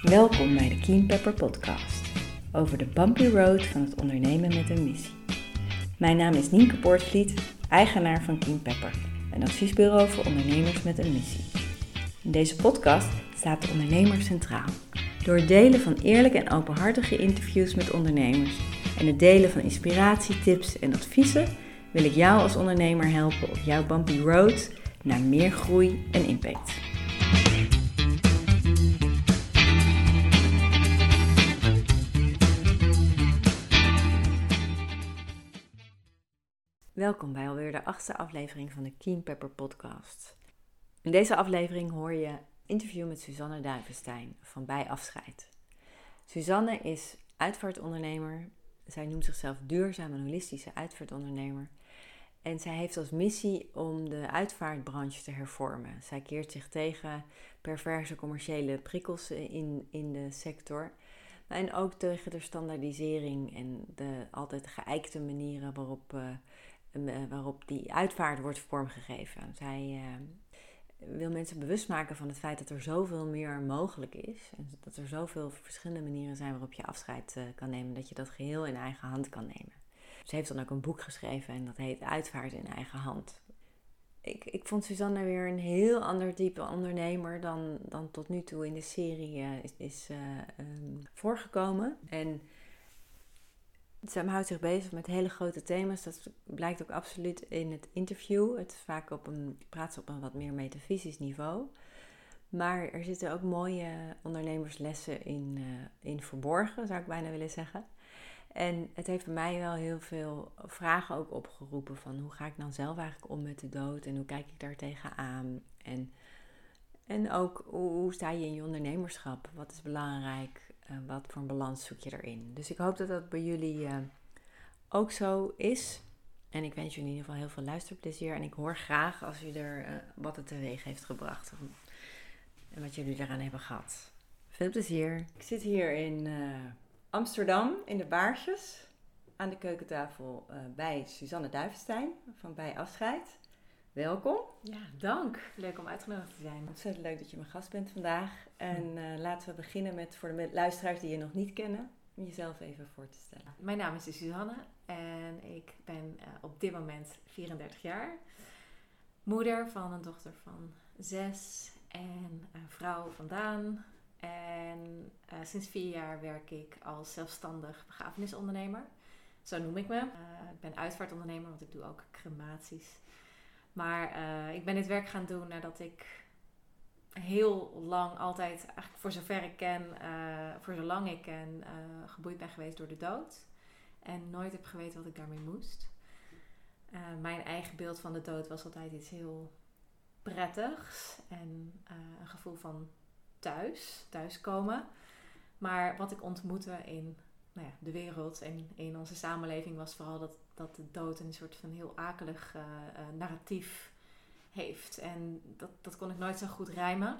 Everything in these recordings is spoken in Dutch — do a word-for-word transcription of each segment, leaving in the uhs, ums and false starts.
Welkom bij de Keen Pepper podcast, over de bumpy road van het ondernemen met een missie. Mijn naam is Nienke Poortvliet, eigenaar van Keen Pepper, een adviesbureau voor ondernemers met een missie. In deze podcast staat de ondernemer centraal. Door het delen van eerlijke en openhartige interviews met ondernemers en het delen van inspiratie, tips en adviezen wil ik jou als ondernemer helpen op jouw bumpy road naar meer groei en impact. Welkom bij alweer de achtste aflevering van de Keen Pepper podcast. In deze aflevering hoor je een interview met Suzanne Duivenstein van Bij Afscheid. Suzanne is uitvaartondernemer. Zij noemt zichzelf duurzaam en holistische uitvaartondernemer. En zij heeft als missie om de uitvaartbranche te hervormen. Zij keert zich tegen perverse commerciële prikkels in, in de sector. En ook tegen de standaardisering en de altijd geëikte manieren waarop, uh, waarop die uitvaart wordt vormgegeven. Zij uh, wil mensen bewust maken van het feit dat er zoveel meer mogelijk is. En dat er zoveel verschillende manieren zijn waarop je afscheid uh, kan nemen. Dat je dat geheel in eigen hand kan nemen. Ze heeft dan ook een boek geschreven en dat heet Uitvaart in eigen hand. Ik, ik vond Suzanne weer een heel ander type ondernemer dan, dan tot nu toe in de serie uh, is, is uh, um, voorgekomen. En ze houdt zich bezig met hele grote thema's. Dat blijkt ook absoluut in het interview. Het is vaak op een, praat ze op een wat meer metafysisch niveau. Maar er zitten ook mooie ondernemerslessen in, uh, in verborgen, zou ik bijna willen zeggen. En het heeft bij mij wel heel veel vragen ook opgeroepen van hoe ga ik dan zelf eigenlijk om met de dood en hoe kijk ik daar tegenaan. En, en ook hoe, hoe sta je in je ondernemerschap? Wat is belangrijk? Uh, wat voor een balans zoek je erin? Dus ik hoop dat dat bij jullie uh, ook zo is. En ik wens jullie in ieder geval heel veel luisterplezier. En ik hoor graag als u er uh, wat het teweeg heeft gebracht. En wat jullie eraan hebben gehad. Veel plezier. Ik zit hier in Uh, Amsterdam in de Baarsjes aan de keukentafel uh, bij Suzanne Duivenstein van Bij Afscheid. Welkom. Ja, dank. Leuk om uitgenodigd te zijn. Ontzettend leuk dat je mijn gast bent vandaag. En uh, laten we beginnen met voor de luisteraars die je nog niet kennen, om jezelf even voor te stellen. Mijn naam is dus Suzanne en ik ben uh, op dit moment vierendertig jaar. Moeder van een dochter van zes en uh, vrouw van Daan. En uh, sinds vier jaar werk ik als zelfstandig begrafenisondernemer. Zo noem ik me. Uh, ik ben uitvaartondernemer, want ik doe ook crematies. Maar uh, ik ben dit werk gaan doen nadat ik heel lang altijd, eigenlijk voor zover ik ken, uh, voor zolang ik ken, uh, geboeid ben geweest door de dood. En nooit heb geweten wat ik daarmee moest. Uh, mijn eigen beeld van de dood was altijd iets heel prettigs. En uh, een gevoel van thuis, thuiskomen. Maar wat ik ontmoette in nou ja, de wereld en in onze samenleving was vooral dat, dat de dood een soort van heel akelig uh, uh, narratief heeft. En dat, dat kon ik nooit zo goed rijmen.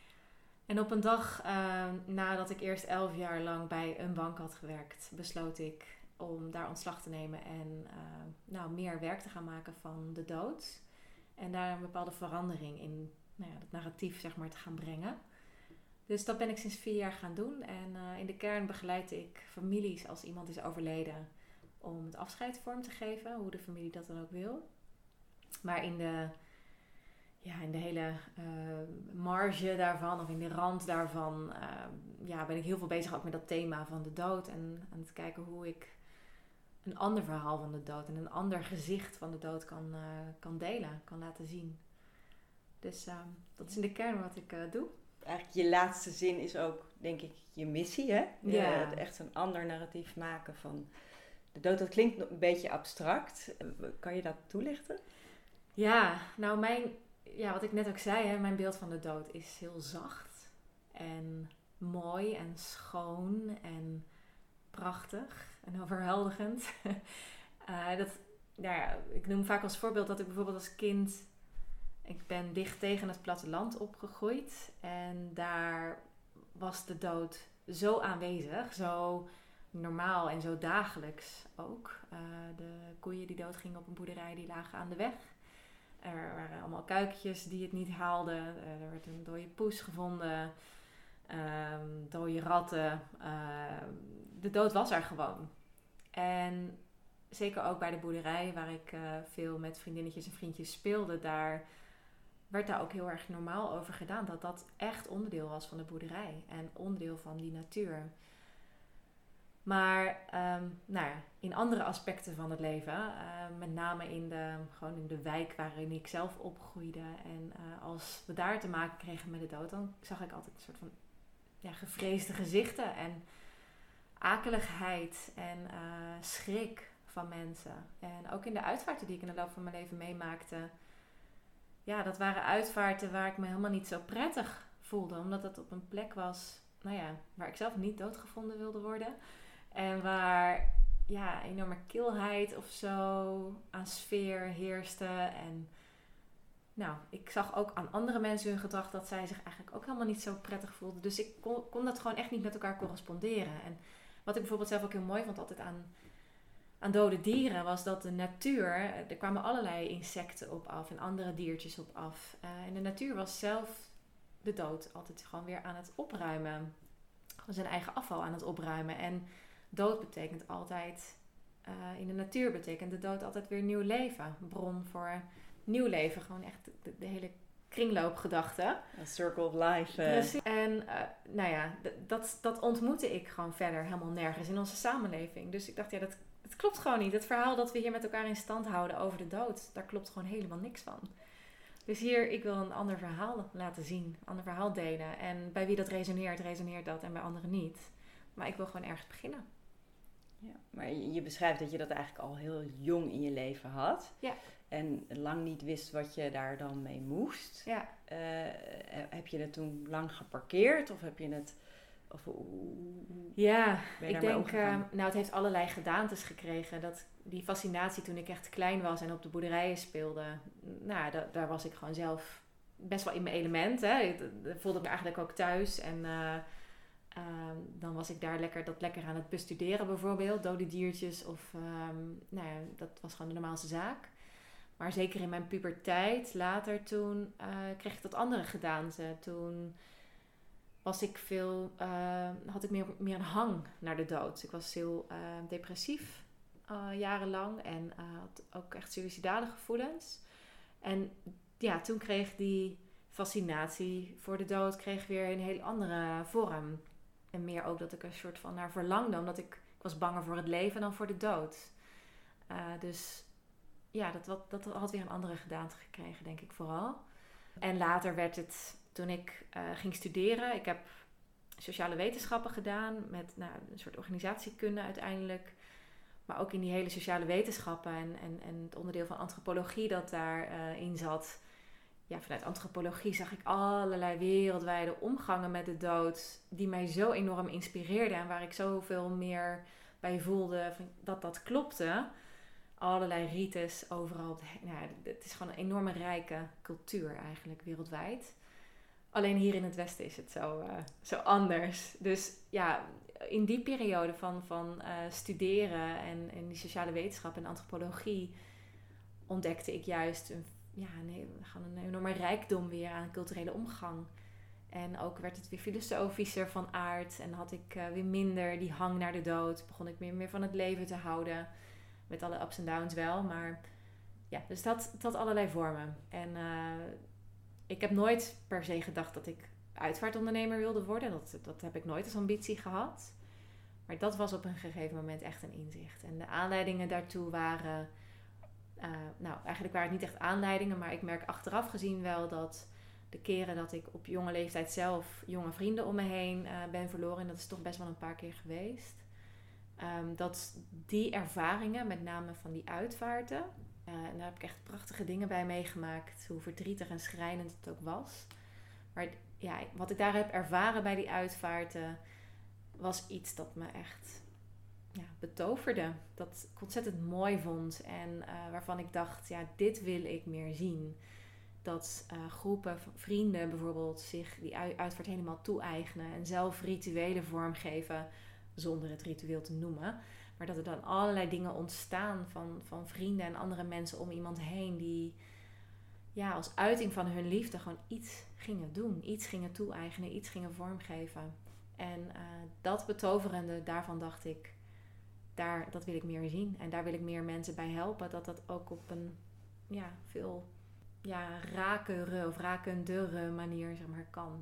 En op een dag uh, nadat ik eerst elf jaar lang bij een bank had gewerkt, besloot ik om daar ontslag te nemen en uh, nou, meer werk te gaan maken van de dood. En daar een bepaalde verandering in nou ja, het narratief zeg maar, te gaan brengen. Dus dat ben ik sinds vier jaar gaan doen. En uh, in de kern begeleid ik families als iemand is overleden om het afscheid vorm te geven. Hoe de familie dat dan ook wil. Maar in de, ja, in de hele uh, marge daarvan of in de rand daarvan uh, ja, ben ik heel veel bezig ook met dat thema van de dood. En aan het kijken hoe ik een ander verhaal van de dood en een ander gezicht van de dood kan, uh, kan delen, kan laten zien. Dus uh, dat is in de kern wat ik uh, doe. Eigenlijk je laatste zin is ook, denk ik, je missie, hè? Ja. Uh, echt een ander narratief maken van de dood. Dat klinkt een beetje abstract. Kan je dat toelichten? Ja, nou mijn, ja, wat ik net ook zei, hè, mijn beeld van de dood is heel zacht en mooi en schoon en prachtig en overweldigend. uh, dat, nou ja, ik noem vaak als voorbeeld dat ik bijvoorbeeld als kind, ik ben dicht tegen het platteland opgegroeid en daar was de dood zo aanwezig, zo normaal en zo dagelijks ook. Uh, de koeien die doodgingen op een boerderij, die lagen aan de weg. Er waren allemaal kuikentjes die het niet haalden. Uh, er werd een dode poes gevonden. um, dode ratten. Uh, de dood was er gewoon. En zeker ook bij de boerderij, waar ik uh, veel met vriendinnetjes en vriendjes speelde, daar werd daar ook heel erg normaal over gedaan. Dat dat echt onderdeel was van de boerderij en onderdeel van die natuur. Maar um, nou ja, in andere aspecten van het leven, uh, met name in de, gewoon in de wijk waarin ik zelf opgroeide. En uh, als we daar te maken kregen met de dood, dan zag ik altijd een soort van ja, gevreesde gezichten en akeligheid en uh, schrik van mensen. En ook in de uitvaarten die ik in de loop van mijn leven meemaakte. Ja, dat waren uitvaarten waar ik me helemaal niet zo prettig voelde. Omdat het op een plek was, nou ja, waar ik zelf niet doodgevonden wilde worden. En waar ja, enorme kilheid of zo aan sfeer heerste. En nou, ik zag ook aan andere mensen hun gedrag dat zij zich eigenlijk ook helemaal niet zo prettig voelden. Dus ik kon, kon dat gewoon echt niet met elkaar corresponderen. En wat ik bijvoorbeeld zelf ook heel mooi vond altijd aan, aan dode dieren, was dat de natuur, er kwamen allerlei insecten op af en andere diertjes op af. Uh, en de natuur was zelf de dood altijd gewoon weer aan het opruimen. Gewoon zijn eigen afval aan het opruimen. En dood betekent altijd, uh, in de natuur betekent de dood altijd weer nieuw leven. Bron voor nieuw leven. Gewoon echt de, de hele kringloopgedachte. Een circle of life. Uh. Precies. En uh, nou ja, d- dat, dat ontmoette ik gewoon verder helemaal nergens in onze samenleving. Dus ik dacht, ja, dat, dat klopt gewoon niet. Het verhaal dat we hier met elkaar in stand houden over de dood, daar klopt gewoon helemaal niks van. Dus hier, ik wil een ander verhaal laten zien. Een ander verhaal delen. En bij wie dat resoneert, resoneert dat. En bij anderen niet. Maar ik wil gewoon ergens beginnen. Ja, maar je, je beschrijft dat je dat eigenlijk al heel jong in je leven had. Ja. En lang niet wist wat je daar dan mee moest. Ja. Uh, heb je het toen lang geparkeerd? Of heb je het... Of, ja, ik denk... Uh, nou, het heeft allerlei gedaantes gekregen. Dat, die fascinatie toen ik echt klein was en op de boerderijen speelde. Nou, da, daar was ik gewoon zelf best wel in mijn element. Hè. Ik voelde me eigenlijk ook thuis. En uh, uh, dan was ik daar lekker, dat lekker aan het bestuderen bijvoorbeeld. Dode diertjes of... Um, nou ja, dat was gewoon de normaalste zaak. Maar zeker in mijn puberteit, later toen, uh, kreeg ik dat andere gedaante. Toen was ik veel, uh, had ik meer, meer een hang naar de dood. Ik was heel uh, depressief uh, jarenlang en uh, had ook echt suïcidale gevoelens. En ja, toen kreeg die fascinatie voor de dood kreeg weer een heel andere vorm. En meer ook dat ik er een soort van naar verlangde, omdat ik, ik was banger voor het leven dan voor de dood. Uh, dus... Ja, dat, dat, dat had weer een andere gedaante gekregen, denk ik vooral. En later werd het, toen ik uh, ging studeren... Ik heb sociale wetenschappen gedaan met nou, een soort organisatiekunde uiteindelijk. Maar ook in die hele sociale wetenschappen en, en, en het onderdeel van antropologie dat daarin uh, zat. Ja, vanuit antropologie zag ik allerlei wereldwijde omgangen met de dood... die mij zo enorm inspireerden en waar ik zoveel meer bij voelde dat dat klopte... Allerlei rites overal. Nou, het is gewoon een enorme rijke cultuur eigenlijk wereldwijd. Alleen hier in het Westen is het zo, uh, zo anders. Dus ja, in die periode van, van uh, studeren en, en die sociale wetenschap en antropologie ontdekte ik juist een, ja, een, gewoon een enorme rijkdom weer aan culturele omgang. En ook werd het weer filosofischer van aard en had ik uh, weer minder die hang naar de dood. Begon ik meer, meer van het leven te houden. Met alle ups en downs wel, maar ja, dus dat, dat allerlei vormen. En uh, ik heb nooit per se gedacht dat ik uitvaartondernemer wilde worden. Dat, dat heb ik nooit als ambitie gehad. Maar dat was op een gegeven moment echt een inzicht. En de aanleidingen daartoe waren... Uh, nou, eigenlijk waren het niet echt aanleidingen, maar ik merk achteraf gezien wel dat de keren dat ik op jonge leeftijd zelf jonge vrienden om me heen uh, ben verloren, en dat is toch best wel een paar keer geweest... Um, dat die ervaringen, met name van die uitvaarten... Uh, en daar heb ik echt prachtige dingen bij meegemaakt. Hoe verdrietig en schrijnend het ook was. Maar ja, wat ik daar heb ervaren bij die uitvaarten... was iets dat me echt ja, betoverde. Dat ik ontzettend mooi vond. En uh, waarvan ik dacht, ja, dit wil ik meer zien. Dat uh, groepen vrienden bijvoorbeeld zich die uitvaart helemaal toe-eigenen... en zelf rituelen vormgeven... zonder het ritueel te noemen. Maar dat er dan allerlei dingen ontstaan van, van vrienden en andere mensen om iemand heen... die ja, als uiting van hun liefde gewoon iets gingen doen. Iets gingen toe-eigenen, iets gingen vormgeven. En uh, dat betoverende, daarvan dacht ik, daar, dat wil ik meer zien. En daar wil ik meer mensen bij helpen. Dat dat ook op een ja, veel ja, rakere of rakendere manier zeg maar, kan.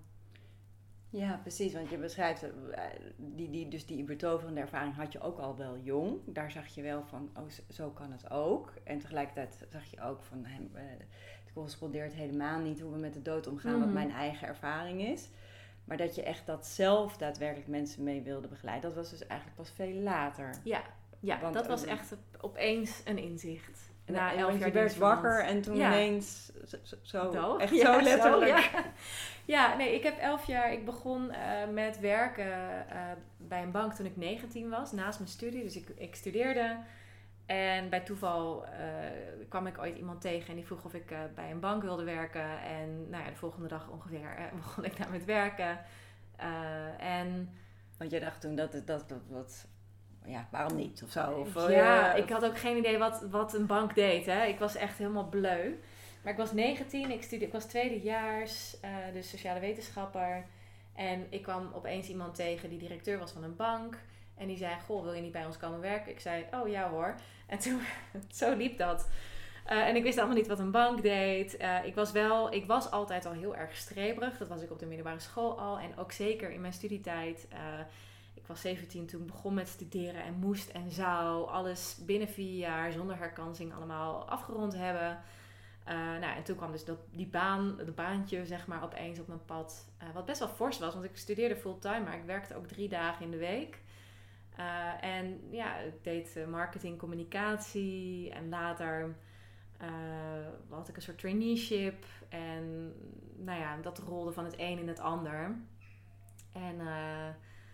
Ja, precies. Want je beschrijft, die, die, dus die betoverende ervaring had je ook al wel jong. Daar zag je wel van, oh, zo kan het ook. En tegelijkertijd zag je ook van, hem, het correspondeert helemaal niet hoe we met de dood omgaan, mm-hmm. wat mijn eigen ervaring is. Maar dat je echt dat zelf daadwerkelijk mensen mee wilde begeleiden, dat was dus eigenlijk pas veel later. Ja, ja want, dat was um, echt opeens een inzicht. En na elf jaar je werd wakker en toen ja. ineens zo, zo Doog. echt ja, zo letterlijk. Zo, ja. ja, nee, ik heb elf jaar, ik begon uh, met werken uh, bij een bank toen ik negentien was, naast mijn studie. Dus ik, ik studeerde en bij toeval uh, kwam ik ooit iemand tegen en die vroeg of ik uh, bij een bank wilde werken. En nou ja, de volgende dag ongeveer uh, begon ik daar met werken. Uh, en Want jij dacht toen dat het dat, dat wat... Ja, waarom niet? Of zo? Of, ja, uh, ik had ook geen idee wat, wat een bank deed. Hè. Ik was echt helemaal bleu. Maar ik was negentien, ik, studeerde, ik was tweedejaars, uh, dus sociale wetenschapper. En ik kwam opeens iemand tegen die directeur was van een bank. En die zei, goh, wil je niet bij ons komen werken? Ik zei, oh ja hoor. En toen, zo liep dat. Uh, en ik wist allemaal niet wat een bank deed. Uh, ik was wel, ik was altijd al heel erg streberig. Dat was ik op de middelbare school al. En ook zeker in mijn studietijd... Uh, Ik was zeventien toen ik begon met studeren en moest en zou alles binnen vier jaar zonder herkansing allemaal afgerond hebben. Uh, nou, en toen kwam dus dat, die baan, dat baantje zeg maar opeens op mijn pad. Uh, wat best wel fors was, want ik studeerde fulltime, maar ik werkte ook drie dagen in de week. Uh, en ja, ik deed marketing, communicatie en later uh, had ik een soort traineeship. En nou ja, dat rolde van het een in het ander. En... Uh,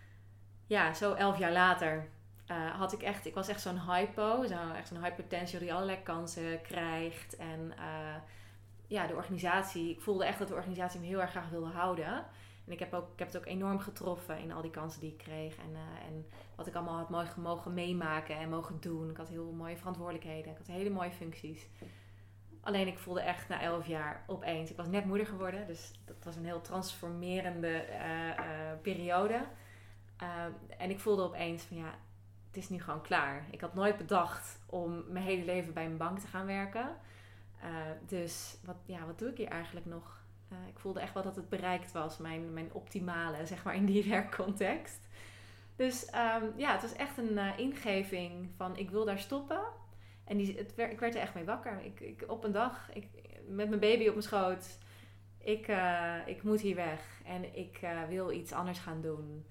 Ja, zo elf jaar later uh, had ik echt... Ik was echt zo'n hypo, zo, echt zo'n high potential die allerlei kansen krijgt. En uh, ja, de organisatie... Ik voelde echt dat de organisatie me heel erg graag wilde houden. En ik heb, ook, ik heb het ook enorm getroffen in al die kansen die ik kreeg. En, uh, en wat ik allemaal had mogen, mogen meemaken en mogen doen. Ik had heel mooie verantwoordelijkheden. Ik had hele mooie functies. Alleen ik voelde echt na elf jaar opeens... Ik was net moeder geworden, dus dat was een heel transformerende uh, uh, periode... Uh, en ik voelde opeens van ja, het is nu gewoon klaar. Ik had nooit bedacht om mijn hele leven bij een bank te gaan werken. Uh, dus wat, ja, wat doe ik hier eigenlijk nog? Uh, ik voelde echt wel dat het bereikt was, mijn, mijn optimale, zeg maar, in die werkcontext. Dus um, ja, het was echt een uh, ingeving van ik wil daar stoppen. En die, het, ik werd er echt mee wakker. Ik, ik, op een dag, ik, met mijn baby op mijn schoot, ik, uh, ik moet hier weg. En ik uh, wil iets anders gaan doen.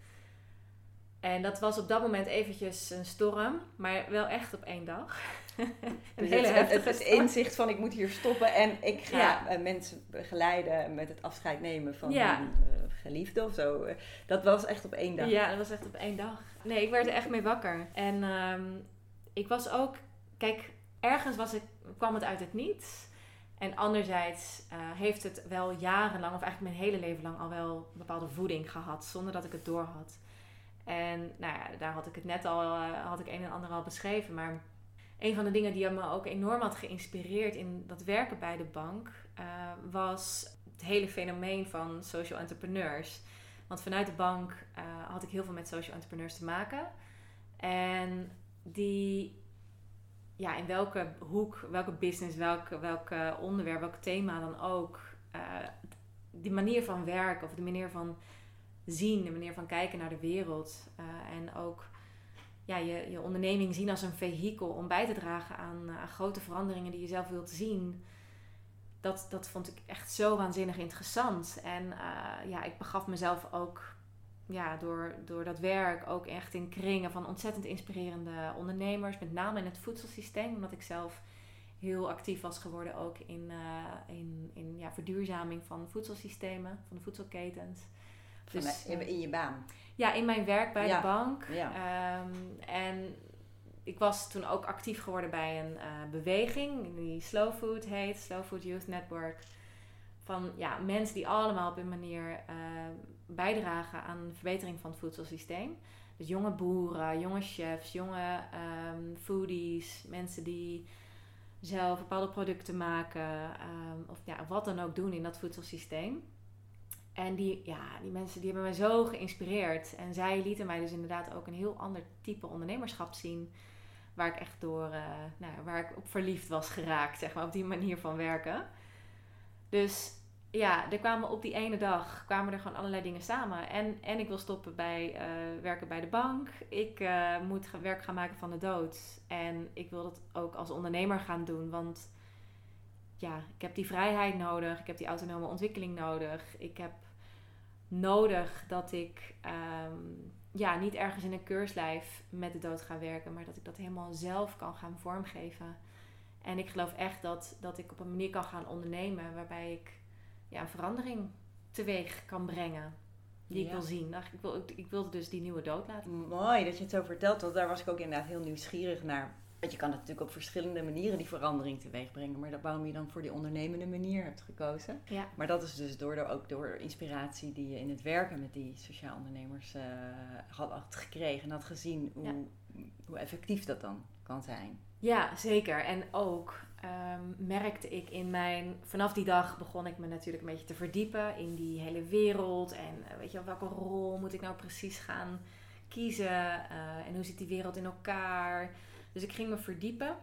En dat was op dat moment eventjes een storm, maar wel echt op één dag. een dus hele het, heftige het, het inzicht van ik moet hier stoppen en ik ga ja. mensen begeleiden met het afscheid nemen van ja. hun uh, geliefde of zo. Dat was echt op één dag. Ja, dat was echt op één dag. Nee, ik werd er echt mee wakker. En um, ik was ook, kijk, ergens was ik, kwam het uit het niets. En anderzijds uh, heeft het wel jarenlang, of eigenlijk mijn hele leven lang al wel bepaalde voeding gehad, zonder dat ik het door had. En nou ja, daar had ik het net al, uh, had ik een en ander al beschreven. Maar een van de dingen die me ook enorm had geïnspireerd in dat werken bij de bank, uh, was het hele fenomeen van social entrepreneurs. Want vanuit de bank uh, had ik heel veel met social entrepreneurs te maken. En die, ja, in welke hoek, welke business, welk, welk onderwerp, welk thema dan ook, uh, die manier van werken of de manier van zien, de manier van kijken naar de wereld. Uh, en ook ja, je, je onderneming zien als een vehikel om bij te dragen aan, uh, aan grote veranderingen die je zelf wilt zien. Dat, dat vond ik echt zo waanzinnig interessant. En uh, ja, ik begaf mezelf ook ja, door, door dat werk ook echt in kringen van ontzettend inspirerende ondernemers. Met name in het voedselsysteem, omdat ik zelf heel actief was geworden ook in, uh, in, in ja, verduurzaming van voedselsystemen, van de voedselketens. Dus, in, in je baan? Ja, in mijn werk bij ja. de bank. Ja. Um, en ik was toen ook actief geworden bij een uh, beweging die Slow Food heet, Slow Food Youth Network. Van ja, mensen die allemaal op een manier uh, bijdragen aan de verbetering van het voedselsysteem. Dus jonge boeren, jonge chefs, jonge um, foodies, mensen die zelf bepaalde producten maken. Um, of ja, wat dan ook doen in dat voedselsysteem. En die, ja, die mensen die hebben mij zo geïnspireerd. En zij lieten mij dus inderdaad ook een heel ander type ondernemerschap zien. Waar ik echt door, uh, nou, waar ik op verliefd was geraakt, zeg maar, op die manier van werken. Dus ja, er kwamen op die ene dag kwamen er gewoon allerlei dingen samen. En, en ik wil stoppen bij uh, werken bij de bank. Ik uh, moet ga, werk gaan maken van de dood. En ik wil dat ook als ondernemer gaan doen. Want ja, ik heb die vrijheid nodig. Ik heb die autonome ontwikkeling nodig. Ik heb nodig dat ik um, ja, niet ergens in een keurslijf met de dood ga werken. Maar dat ik dat helemaal zelf kan gaan vormgeven. En ik geloof echt dat, dat ik op een manier kan gaan ondernemen waarbij ik ja, een verandering teweeg kan brengen. Die ja. ik wil zien. Nou, ik, wil, ik, ik wilde dus die nieuwe dood laten. Mooi dat je het zo vertelt. Want daar was ik ook inderdaad heel nieuwsgierig naar. Want je kan natuurlijk op verschillende manieren die verandering teweeg brengen. Maar dat waarom je dan voor die ondernemende manier hebt gekozen. Ja. Maar dat is dus door de, ook door inspiratie die je in het werken met die sociaal ondernemers uh, had, had gekregen. En had gezien hoe, ja. hoe effectief dat dan kan zijn. Ja, zeker. En ook um, merkte ik in mijn... Vanaf die dag begon ik me natuurlijk een beetje te verdiepen in die hele wereld. En uh, weet je, welke rol moet ik nou precies gaan kiezen? Uh, en hoe zit die wereld in elkaar? Dus ik ging me verdiepen.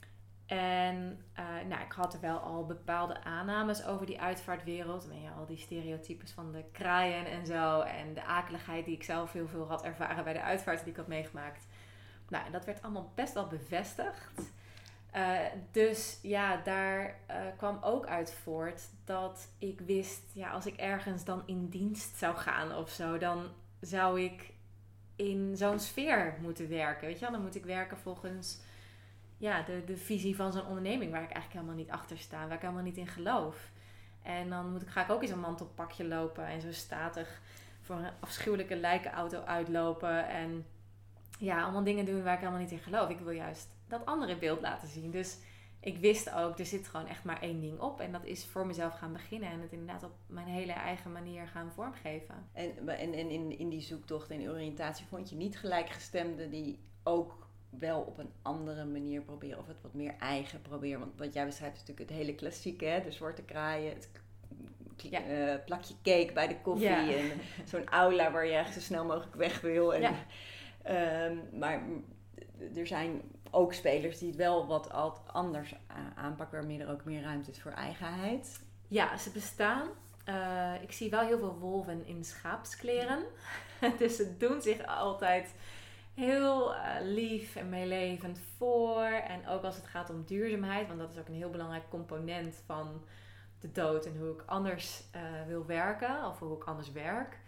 En uh, nou, ik had er wel al bepaalde aannames over die uitvaartwereld. En ja, al die stereotypes van de kraaien en zo. En de akeligheid die ik zelf heel veel had ervaren bij de uitvaart die ik had meegemaakt. Nou, en dat werd allemaal best wel bevestigd. Uh, dus ja, daar uh, kwam ook uit voort dat ik wist, ja, als ik ergens dan in dienst zou gaan of zo, dan zou ik in zo'n sfeer moeten werken. Weet je wel? Dan moet ik werken volgens ja, de, de visie van zo'n onderneming waar ik eigenlijk helemaal niet achter sta, waar ik helemaal niet in geloof. En dan moet ik, ga ik ook in zo'n mantelpakje lopen en zo statig voor een afschuwelijke lijkenauto uitlopen en ja, allemaal dingen doen waar ik helemaal niet in geloof. Ik wil juist dat andere beeld laten zien. Dus ik wist ook, er zit gewoon echt maar één ding op. En dat is voor mezelf gaan beginnen. En het inderdaad op mijn hele eigen manier gaan vormgeven. En, en, en in, in die zoektocht en oriëntatie vond je niet gelijkgestemden die ook wel op een andere manier proberen. Of het wat meer eigen proberen. Want wat jij beschrijft is natuurlijk het hele klassieke. Hè? De zwarte kraaien, het ja. uh, plakje cake bij de koffie. Ja. En zo'n aula waar je echt zo snel mogelijk weg wil. En, ja. Um, maar er zijn ook spelers die het wel wat anders aanpakken, waarmee er ook meer ruimte is voor eigenheid. Ja, ze bestaan. Uh, ik zie wel heel veel wolven in schaapskleren. Dus ze doen zich altijd heel uh, lief en meelevend voor. En ook als het gaat om duurzaamheid, want dat is ook een heel belangrijk component van de dood en hoe ik anders uh, wil werken of hoe ik anders werk.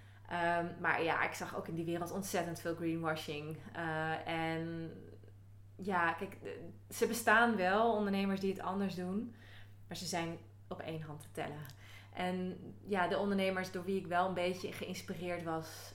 Um, maar ja, ik zag ook in die wereld ontzettend veel greenwashing. Uh, en ja, kijk, ze bestaan wel, ondernemers die het anders doen. Maar ze zijn op één hand te tellen. En ja, de ondernemers door wie ik wel een beetje geïnspireerd was,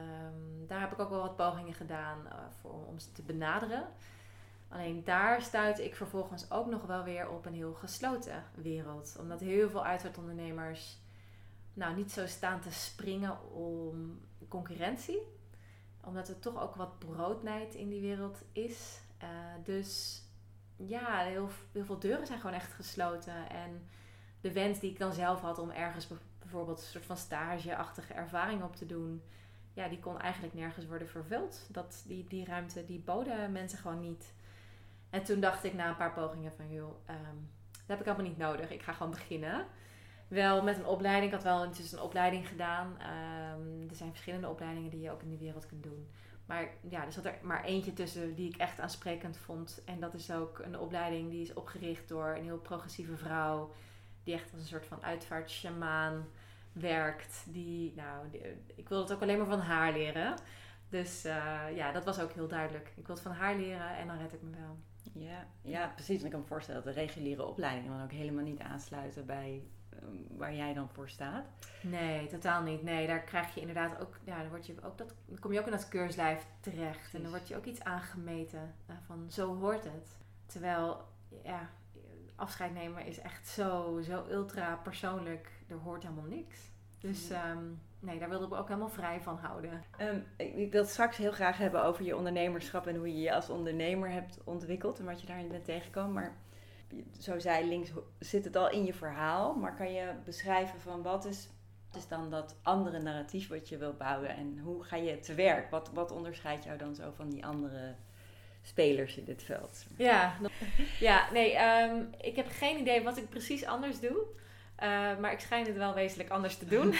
um, daar heb ik ook wel wat pogingen gedaan uh, voor, om ze te benaderen. Alleen daar stuitte ik vervolgens ook nog wel weer op een heel gesloten wereld. Omdat heel veel uitvaartondernemers nou niet zo staan te springen om concurrentie. Omdat er toch ook wat broodnijd in die wereld is. Uh, dus ja, heel, heel veel deuren zijn gewoon echt gesloten. En de wens die ik dan zelf had om ergens bijvoorbeeld een soort van stageachtige ervaring op te doen, ja, die kon eigenlijk nergens worden vervuld. Dat, die, die ruimte, die boden mensen gewoon niet. En toen dacht ik na een paar pogingen van, joh, um, dat heb ik allemaal niet nodig. Ik ga gewoon beginnen. Wel met een opleiding. Ik had wel intussen een opleiding gedaan. Um, er zijn verschillende opleidingen die je ook in die wereld kunt doen. Maar ja, er zat er maar eentje tussen die ik echt aansprekend vond. En dat is ook een opleiding die is opgericht door een heel progressieve vrouw. Die echt als een soort van uitvaartsjamaan werkt. Die, nou, die, ik wilde het ook alleen maar van haar leren. Dus uh, ja, dat was ook heel duidelijk. Ik wil het van haar leren en dan red ik me wel. Ja, ja, precies. En ik kan me voorstellen dat de reguliere opleidingen dan ook helemaal niet aansluiten bij um, waar jij dan voor staat. Nee, totaal niet. Nee, daar krijg je inderdaad ook, ja, dan, word je ook dat, dan kom je ook in dat keurslijf terecht. Precies. En dan wordt je ook iets aangemeten uh, van zo hoort het. Terwijl, ja, afscheid nemen is echt zo, zo ultra persoonlijk. Er hoort helemaal niks. Dus um, nee, daar wilde ik ook helemaal vrij van houden. Um, ik wil het straks heel graag hebben over je ondernemerschap en hoe je je als ondernemer hebt ontwikkeld en wat je daarin bent tegengekomen. Maar zo zei links, zit het al in je verhaal. Maar kan je beschrijven van wat is, wat is dan dat andere narratief wat je wil bouwen? En hoe ga je te werk? Wat, wat onderscheidt jou dan zo van die andere spelers in dit veld? Ja, ja nee, um, ik heb geen idee wat ik precies anders doe. Uh, maar ik schijn het wel wezenlijk anders te doen.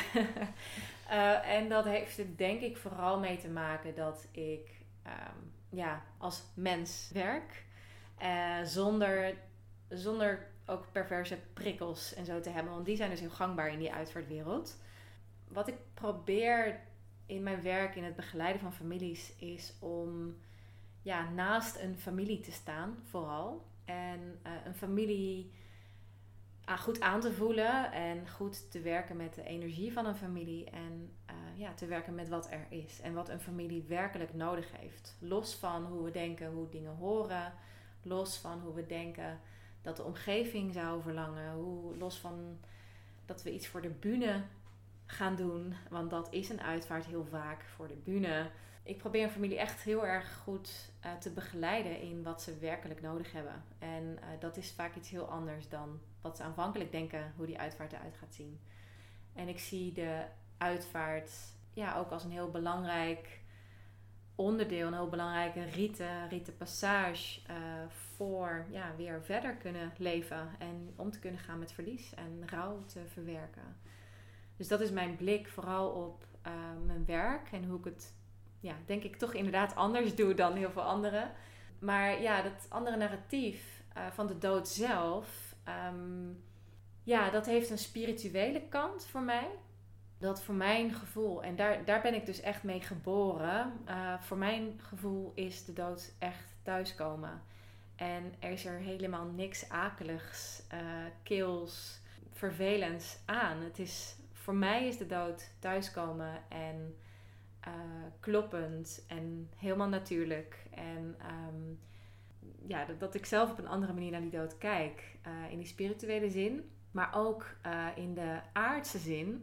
uh, en dat heeft er denk ik vooral mee te maken dat ik um, ja, als mens werk. Uh, zonder, zonder ook perverse prikkels en zo te hebben. Want die zijn dus heel gangbaar in die uitvaartwereld. Wat ik probeer in mijn werk, in het begeleiden van families, is om ja, naast een familie te staan vooral. En uh, een familie uh, goed aan te voelen en goed te werken met de energie van een familie. En uh, ja, te werken met wat er is. En wat een familie werkelijk nodig heeft. Los van hoe we denken, hoe dingen horen. Los van hoe we denken dat de omgeving zou verlangen. Hoe, los van dat we iets voor de bühne gaan doen. Want dat is een uitvaart heel vaak voor de bühne. Ik probeer een familie echt heel erg goed uh, te begeleiden in wat ze werkelijk nodig hebben. En uh, dat is vaak iets heel anders dan wat ze aanvankelijk denken hoe die uitvaart eruit gaat zien. En ik zie de uitvaart ja, ook als een heel belangrijk onderdeel, een heel belangrijke rite, rite passage uh, voor ja, weer verder kunnen leven en om te kunnen gaan met verlies en rouw te verwerken. Dus dat is mijn blik vooral op uh, mijn werk en hoe ik het, ja, denk ik toch inderdaad anders doe dan heel veel anderen. Maar ja, dat andere narratief uh, van de dood zelf, um, ja, dat heeft een spirituele kant voor mij. Dat voor mijn gevoel, en daar, daar ben ik dus echt mee geboren. Uh, voor mijn gevoel is de dood echt thuiskomen. En er is er helemaal niks akeligs, uh, kils, vervelends aan. Het is, voor mij is de dood thuiskomen en uh, kloppend en helemaal natuurlijk. En um, ja, dat, dat ik zelf op een andere manier naar die dood kijk. Uh, in die spirituele zin, maar ook uh, in de aardse zin.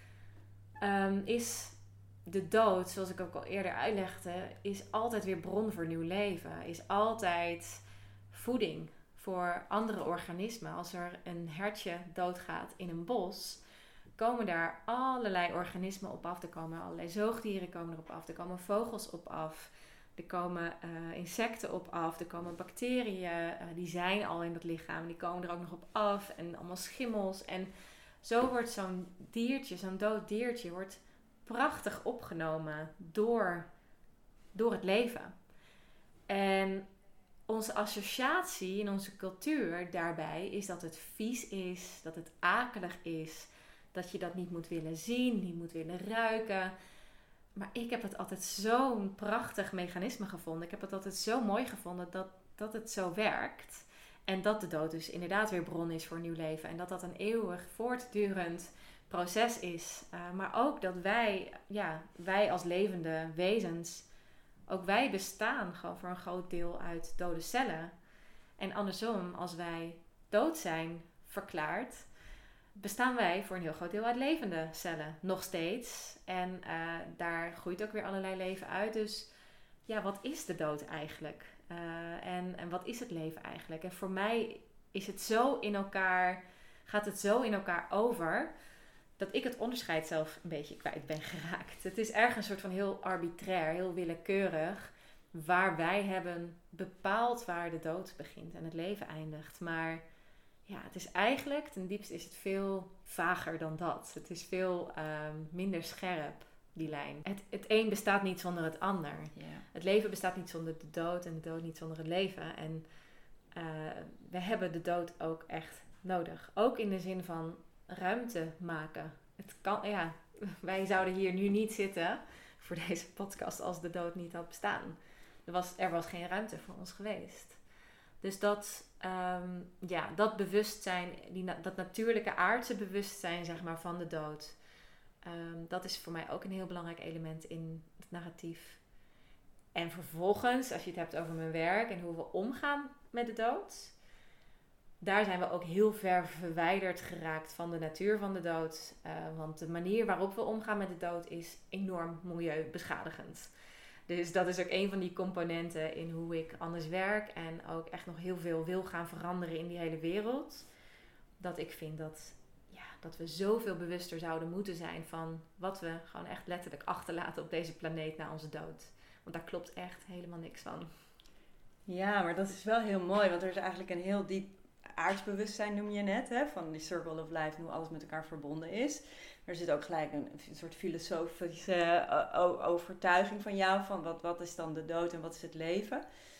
Um, is de dood, zoals ik ook al eerder uitlegde, is altijd weer bron voor nieuw leven. Is altijd voeding voor andere organismen. Als er een hertje doodgaat in een bos, komen daar allerlei organismen op af. Er komen allerlei zoogdieren komen erop af. Er komen vogels op af. Er komen uh, insecten op af. Er komen bacteriën. Uh, die zijn al in dat lichaam. Die komen er ook nog op af. En allemaal schimmels. En zo wordt zo'n diertje, zo'n dood diertje, wordt prachtig opgenomen door, door het leven. En onze associatie in onze cultuur daarbij is dat het vies is, dat het akelig is, dat je dat niet moet willen zien, niet moet willen ruiken. Maar ik heb het altijd zo'n prachtig mechanisme gevonden. Ik heb het altijd zo mooi gevonden dat, dat het zo werkt. En dat de dood dus inderdaad weer bron is voor nieuw leven. En dat dat een eeuwig voortdurend proces is. Uh, maar ook dat wij, ja, wij als levende wezens, ook wij bestaan gewoon voor een groot deel uit dode cellen. En andersom, als wij dood zijn verklaard, bestaan wij voor een heel groot deel uit levende cellen. Nog steeds. En uh, daar groeit ook weer allerlei leven uit. Dus ja, wat is de dood eigenlijk? Uh, en, en wat is het leven eigenlijk? En voor mij is het zo in elkaar, gaat het zo in elkaar over, dat ik het onderscheid zelf een beetje kwijt ben geraakt. Het is ergens een soort van heel arbitrair, heel willekeurig, waar wij hebben bepaald waar de dood begint en het leven eindigt. Maar ja, het is eigenlijk, ten diepste is het veel vager dan dat. Het is veel um, minder scherp, die lijn. Het, het een bestaat niet zonder het ander. Yeah. Het leven bestaat niet zonder de dood en de dood niet zonder het leven. En uh, we hebben de dood ook echt nodig. Ook in de zin van ruimte maken. Het kan, ja, wij zouden hier nu niet zitten voor deze podcast als de dood niet had bestaan. Er was, er was geen ruimte voor ons geweest. Dus dat, um, ja, dat bewustzijn, die, dat natuurlijke aardse bewustzijn, zeg maar, van de dood. Um, dat is voor mij ook een heel belangrijk element in het narratief. En vervolgens, als je het hebt over mijn werk en hoe we omgaan met de dood, daar zijn we ook heel ver verwijderd geraakt van de natuur van de dood. Uh, want de manier waarop we omgaan met de dood is enorm milieubeschadigend. Dus dat is ook een van die componenten in hoe ik anders werk. En ook echt nog heel veel wil gaan veranderen in die hele wereld. Dat ik vind dat, ja, dat we zoveel bewuster zouden moeten zijn van wat we gewoon echt letterlijk achterlaten op deze planeet na onze dood. Want daar klopt echt helemaal niks van. Ja, maar dat is wel heel mooi. Want er is eigenlijk een heel diep aardsbewustzijn, noem je net. Hè, van die circle of life, hoe alles met elkaar verbonden is. Er zit ook gelijk een, een soort filosofische uh, overtuiging van jou. Van wat, wat is dan de dood en wat is het leven.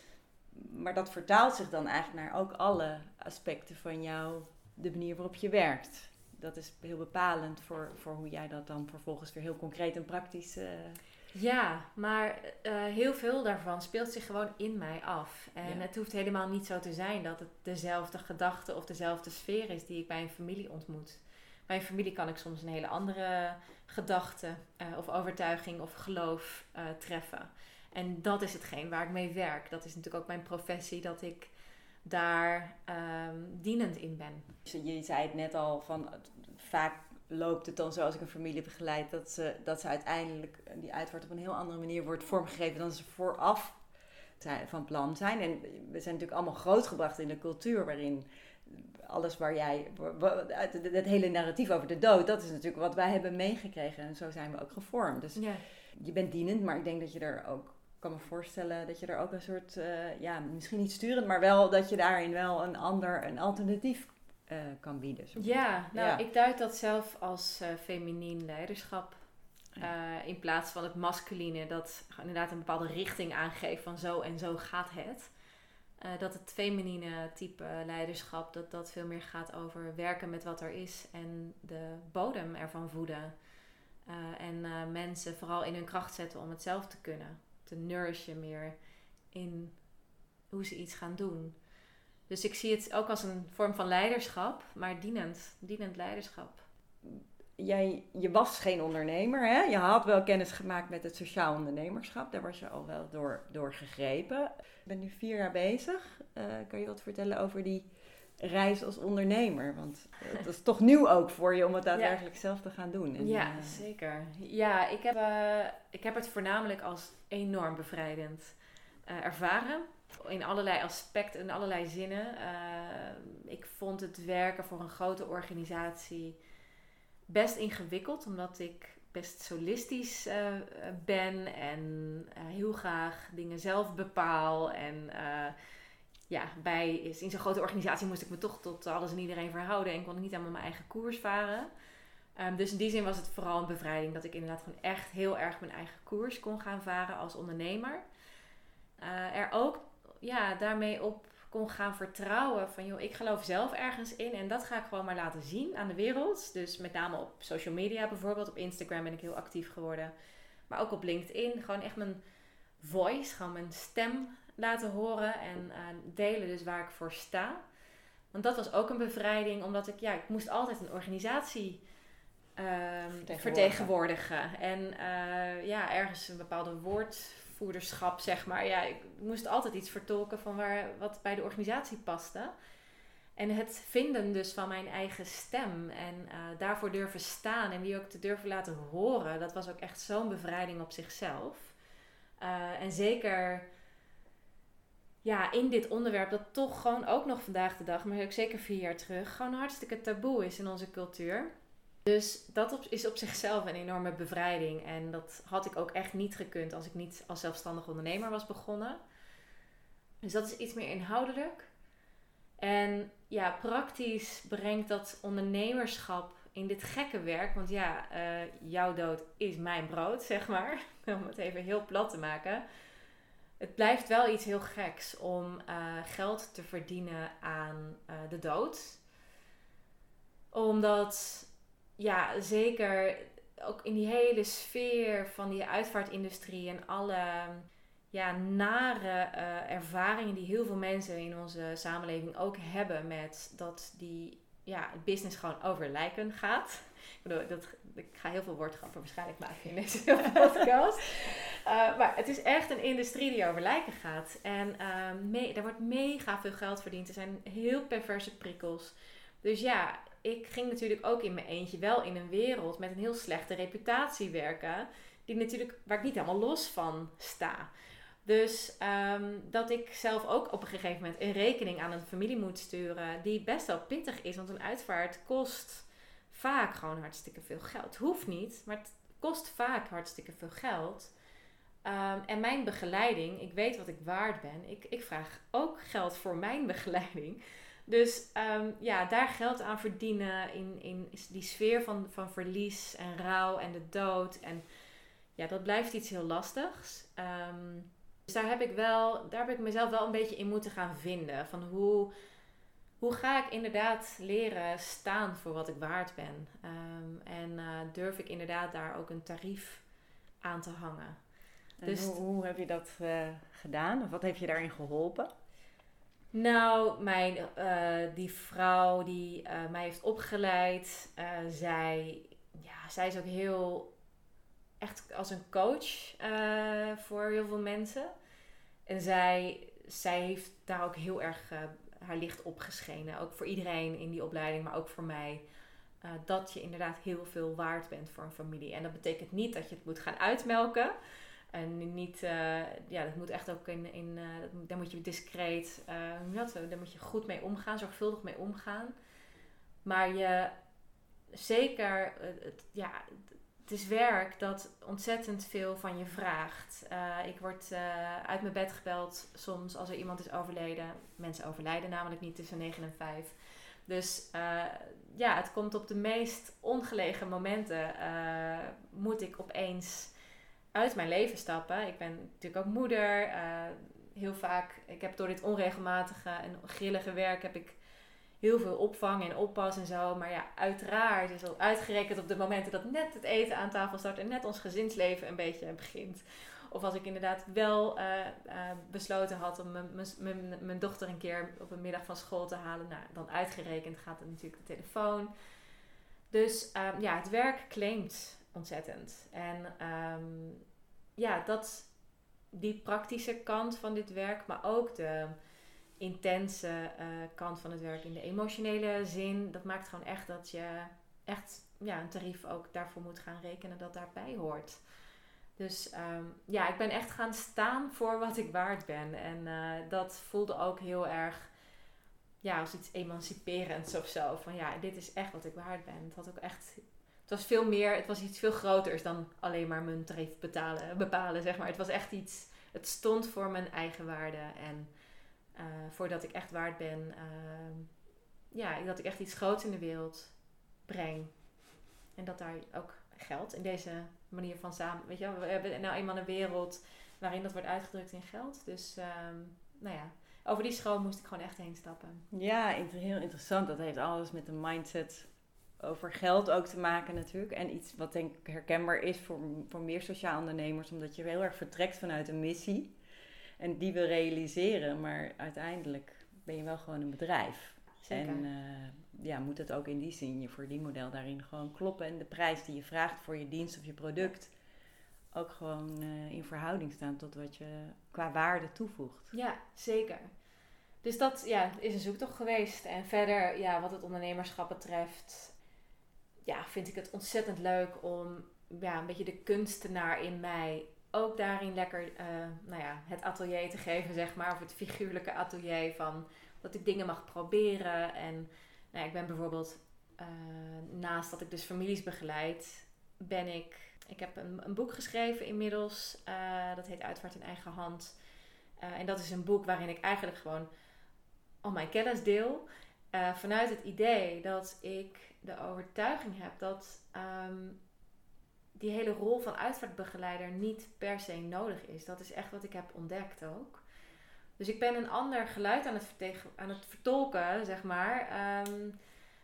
Maar dat vertaalt zich dan eigenlijk naar ook alle aspecten van jou. De manier waarop je werkt. Dat is heel bepalend voor, voor hoe jij dat dan vervolgens weer heel concreet en praktisch... Uh... Ja, maar uh, heel veel daarvan speelt zich gewoon in mij af. En ja. Het hoeft helemaal niet zo te zijn dat het dezelfde gedachte of dezelfde sfeer is die ik bij een familie ontmoet. Bij een familie kan ik soms een hele andere gedachte uh, of overtuiging of geloof uh, treffen. En dat is hetgeen waar ik mee werk. Dat is natuurlijk ook mijn professie, dat ik daar um, dienend in ben. Je zei het net al, van vaak loopt het dan zo als ik een familie begeleid, dat ze, dat ze uiteindelijk die uitvaart op een heel andere manier wordt vormgegeven dan ze vooraf van plan zijn. En we zijn natuurlijk allemaal grootgebracht in de cultuur waarin alles waar jij, het hele narratief over de dood, dat is natuurlijk wat wij hebben meegekregen en zo zijn we ook gevormd. Dus ja. Je bent dienend, maar ik denk dat je er ook, ik kan me voorstellen dat je er ook een soort, uh, ja, misschien niet sturend, maar wel dat je daarin wel een ander, een alternatief uh, kan bieden. Zo. Ja, nou ja. Ik duid dat zelf als uh, feminien leiderschap. Uh, in plaats van het masculine, dat inderdaad een bepaalde richting aangeeft van zo en zo gaat het. Uh, dat het feminine type leiderschap, dat dat veel meer gaat over werken met wat er is en de bodem ervan voeden. Uh, en uh, mensen vooral in hun kracht zetten om het zelf te kunnen. Te nourishen meer in hoe ze iets gaan doen. Dus ik zie het ook als een vorm van leiderschap, maar dienend, dienend leiderschap. Jij, je was geen ondernemer, hè? Je had wel kennis gemaakt met het sociaal ondernemerschap. Daar was je al wel door, door gegrepen. Je bent nu vier jaar bezig. Uh, kan je wat vertellen over die reis als ondernemer? Want het is toch nieuw ook voor je om het daadwerkelijk ja. zelf te gaan doen. En, ja, uh, zeker. Ja, ik heb, uh, ik heb het voornamelijk als enorm bevrijdend uh, ervaren. In allerlei aspecten, in allerlei zinnen. Uh, ik vond het werken voor een grote organisatie best ingewikkeld, omdat ik best solistisch uh, ben en uh, heel graag dingen zelf bepaal. En uh, ja, bij, in zo'n grote organisatie moest ik me toch tot alles en iedereen verhouden en kon ik niet helemaal mijn eigen koers varen. Um, dus in die zin was het vooral een bevrijding dat ik inderdaad gewoon echt heel erg mijn eigen koers kon gaan varen als ondernemer. Uh, er ook ja, daarmee op kon gaan vertrouwen van joh, ik geloof zelf ergens in en dat ga ik gewoon maar laten zien aan de wereld. Dus met name op social media bijvoorbeeld, op Instagram ben ik heel actief geworden. Maar ook op LinkedIn, gewoon echt mijn voice, gewoon mijn stem laten horen en uh, delen dus waar ik voor sta. Want dat was ook een bevrijding, omdat ik, ja, ik moest altijd een organisatie uh, vertegenwoordigen. vertegenwoordigen. En uh, ja, ergens een bepaalde woordvoerderschap, zeg maar. Ja, ik moest altijd iets vertolken van waar, wat bij de organisatie paste. En het vinden dus van mijn eigen stem en uh, daarvoor durven staan en die ook te durven laten horen, dat was ook echt zo'n bevrijding op zichzelf. Uh, en zeker ja, in dit onderwerp dat toch gewoon ook nog vandaag de dag, maar ook zeker vier jaar terug, gewoon hartstikke taboe is in onze cultuur. Dus dat op, is op zichzelf een enorme bevrijding. En dat had ik ook echt niet gekund als ik niet als zelfstandig ondernemer was begonnen. Dus dat is iets meer inhoudelijk. En ja, praktisch brengt dat ondernemerschap in dit gekke werk. Want ja, uh, jouw dood is mijn brood, zeg maar. Om het even heel plat te maken. Het blijft wel iets heel geks om uh, geld te verdienen aan uh, de dood. Omdat, ja, zeker ook in die hele sfeer van die uitvaartindustrie en alle ja, nare uh, ervaringen die heel veel mensen in onze samenleving ook hebben met dat die ja, het business gewoon over lijken gaat. Ik bedoel, dat, ik ga heel veel woordgrappen waarschijnlijk maken in deze podcast. Uh, maar het is echt een industrie die over lijken gaat. En uh, me, er wordt mega veel geld verdiend. Er zijn heel perverse prikkels. Dus ja, ik ging natuurlijk ook in mijn eentje wel in een wereld met een heel slechte reputatie werken. die natuurlijk, waar ik niet helemaal los van sta. Dus um, dat ik zelf ook op een gegeven moment een rekening aan een familie moet sturen die best wel pittig is. Want een uitvaart kost vaak gewoon hartstikke veel geld. Het hoeft niet, maar het kost vaak hartstikke veel geld. Um, en mijn begeleiding, ik weet wat ik waard ben. Ik, ik vraag ook geld voor mijn begeleiding. Dus um, ja, daar geld aan verdienen in, in die sfeer van, van verlies en rouw en de dood. En ja, dat blijft iets heel lastigs. Um, dus daar heb ik wel, daar heb ik mezelf wel een beetje in moeten gaan vinden. Van hoe, hoe ga ik inderdaad leren staan voor wat ik waard ben? Um, en uh, durf ik inderdaad daar ook een tarief aan te hangen? En Dus hoe, hoe heb je dat uh, gedaan? Of wat heeft je daarin geholpen? Nou, mijn, uh, die vrouw die uh, mij heeft opgeleid, uh, zij, ja, zij is ook heel, echt als een coach uh, voor heel veel mensen. En zij, zij heeft daar ook heel erg uh, haar licht op geschenen. Ook voor iedereen in die opleiding, maar ook voor mij. Uh, dat je inderdaad heel veel waard bent voor een familie. En dat betekent niet dat je het moet gaan uitmelken. En niet, uh, ja, dat moet echt ook in, in uh, daar moet je discreet, uh, dat, daar moet je goed mee omgaan, zorgvuldig mee omgaan. Maar je, zeker, uh, het, ja, het is werk dat ontzettend veel van je vraagt. Uh, ik word uh, uit mijn bed gebeld soms als er iemand is overleden. Mensen overlijden namelijk niet tussen negen en vijf. Dus uh, ja, het komt op de meest ongelegen momenten. Uh, moet ik opeens uit mijn leven stappen. Ik ben natuurlijk ook moeder. Uh, heel vaak, ik heb door dit onregelmatige en grillige werk heb ik heel veel opvang en oppas en zo. Maar ja, uiteraard is al uitgerekend op de momenten dat net het eten aan tafel start en net ons gezinsleven een beetje begint. Of als ik inderdaad wel uh, uh, besloten had om mijn dochter een keer op een middag van school te halen. Nou, dan uitgerekend gaat het natuurlijk de telefoon. Dus uh, ja, het werk claimt ontzettend. En um, ja, dat, die praktische kant van dit werk, maar ook de intense uh, kant van het werk in de emotionele zin, dat maakt gewoon echt dat je echt ja, een tarief ook daarvoor moet gaan rekenen dat daarbij hoort. Dus um, ja, ik ben echt gaan staan voor wat ik waard ben. En uh, dat voelde ook heel erg ja, als iets emanciperends of zo. Van ja, dit is echt wat ik waard ben. Het had ook echt, het was veel meer, het was iets veel groters dan alleen maar mijn tarief betalen, bepalen, zeg maar. Het was echt iets, het stond voor mijn eigen waarde. En uh, voordat ik echt waard ben, uh, ja, dat ik echt iets groots in de wereld breng. En dat daar ook geld in deze manier van samen, weet je wel, we hebben nou eenmaal een wereld waarin dat wordt uitgedrukt in geld. Dus, um, nou ja, over die school moest ik gewoon echt heen stappen. Ja, heel interessant. Dat heeft alles met de mindset over geld ook te maken natuurlijk. En iets wat denk ik herkenbaar is voor, voor meer sociaal ondernemers, omdat je heel erg vertrekt vanuit een missie en die wil realiseren, maar uiteindelijk ben je wel gewoon een bedrijf. Zeker. En uh, ja, moet het ook in die zin, je verdienmodel daarin gewoon kloppen. En de prijs die je vraagt voor je dienst of je product ook gewoon uh, in verhouding staan tot wat je qua waarde toevoegt. Ja, zeker. Dus dat ja, is een zoektocht geweest. En verder, ja, wat het ondernemerschap betreft, ja, vind ik het ontzettend leuk om ja, een beetje de kunstenaar in mij ook daarin lekker uh, nou ja, het atelier te geven, zeg maar. Of het figuurlijke atelier van dat ik dingen mag proberen. En nou, ik ben bijvoorbeeld, uh, naast dat ik dus families begeleid, ben ik, ik heb een, een boek geschreven inmiddels. Uh, dat heet Uitvaart in eigen hand. Uh, en dat is een boek waarin ik eigenlijk gewoon al mijn kennis deel. Uh, vanuit het idee dat ik de overtuiging heb dat um, die hele rol van uitvaartbegeleider niet per se nodig is. Dat is echt wat ik heb ontdekt ook. Dus ik ben een ander geluid aan het, vertegen, aan het vertolken, zeg maar. Um,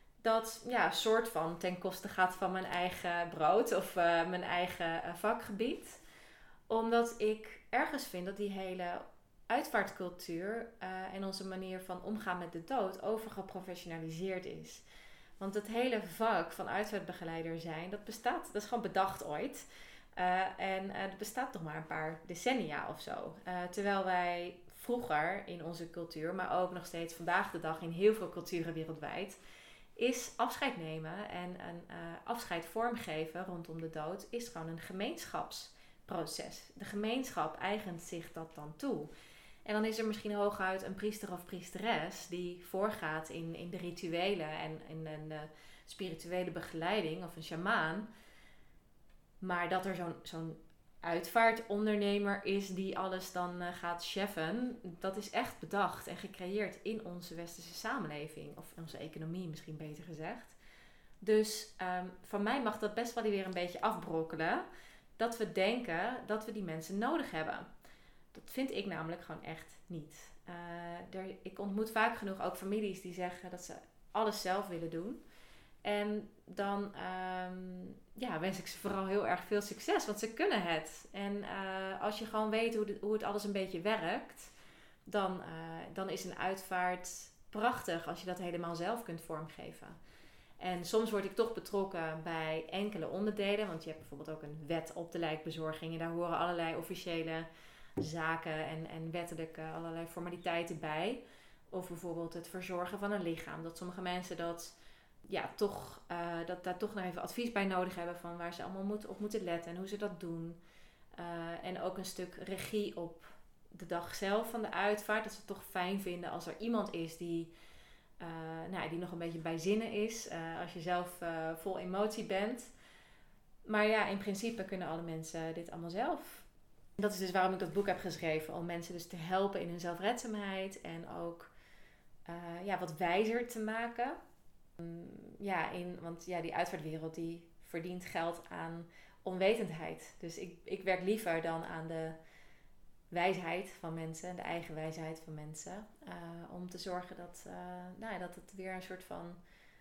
dat ja, een soort van ten koste gaat van mijn eigen brood of uh, mijn eigen uh, vakgebied. Omdat ik ergens vind dat die hele uitvaartcultuur uh, en onze manier van omgaan met de dood overgeprofessionaliseerd is. Want het hele vak van uitvaartbegeleider zijn, dat bestaat, dat is gewoon bedacht ooit. Uh, en uh, het bestaat nog maar een paar decennia of zo. Uh, terwijl wij vroeger in onze cultuur, maar ook nog steeds vandaag de dag in heel veel culturen wereldwijd, is afscheid nemen en een uh, afscheid vormgeven rondom de dood is gewoon een gemeenschapsproces. De gemeenschap eigent zich dat dan toe. En dan is er misschien hooguit een priester of priesteres die voorgaat in, in de rituelen en in een uh, spirituele begeleiding of een sjamaan. Maar dat er zo'n, zo'n uitvaartondernemer is die alles dan uh, gaat cheffen, dat is echt bedacht en gecreëerd in onze westerse samenleving. Of onze economie misschien beter gezegd. Dus um, van mij mag dat best wel weer een beetje afbrokkelen. Dat we denken dat we die mensen nodig hebben. Dat vind ik namelijk gewoon echt niet. Uh, er, ik ontmoet vaak genoeg ook families die zeggen dat ze alles zelf willen doen. En dan um, ja, wens ik ze vooral heel erg veel succes, want ze kunnen het. En uh, als je gewoon weet hoe, de, hoe het alles een beetje werkt, dan, uh, dan is een uitvaart prachtig als je dat helemaal zelf kunt vormgeven. En soms word ik toch betrokken bij enkele onderdelen, want je hebt bijvoorbeeld ook een wet op de lijkbezorging en daar horen allerlei officiële zaken en, en wettelijke allerlei formaliteiten bij. Of bijvoorbeeld het verzorgen van een lichaam. Dat sommige mensen dat, ja, toch, uh, dat daar toch nog even advies bij nodig hebben van waar ze allemaal moet, op moeten letten en hoe ze dat doen. Uh, en ook een stuk regie op de dag zelf van de uitvaart. Dat ze het toch fijn vinden als er iemand is die, uh, nou, die nog een beetje bij zinnen is. Uh, als je zelf uh, vol emotie bent. Maar ja, in principe kunnen alle mensen dit allemaal zelf. Dat is dus waarom ik dat boek heb geschreven. Om mensen dus te helpen in hun zelfredzaamheid. En ook uh, ja, wat wijzer te maken. Um, ja, in, want ja, die uitvaartwereld die verdient geld aan onwetendheid. Dus ik, ik werk liever dan aan de wijsheid van mensen. De eigen wijsheid van mensen. Uh, om te zorgen dat, uh, nou ja, dat het weer een soort van,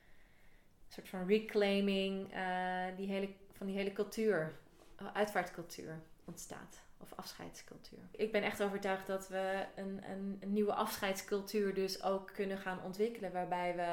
een soort van reclaiming uh, die hele, van die hele cultuur, uh, uitvaartcultuur ontstaat. Of afscheidscultuur. Ik ben echt overtuigd dat we een, een, een nieuwe afscheidscultuur dus ook kunnen gaan ontwikkelen. Waarbij we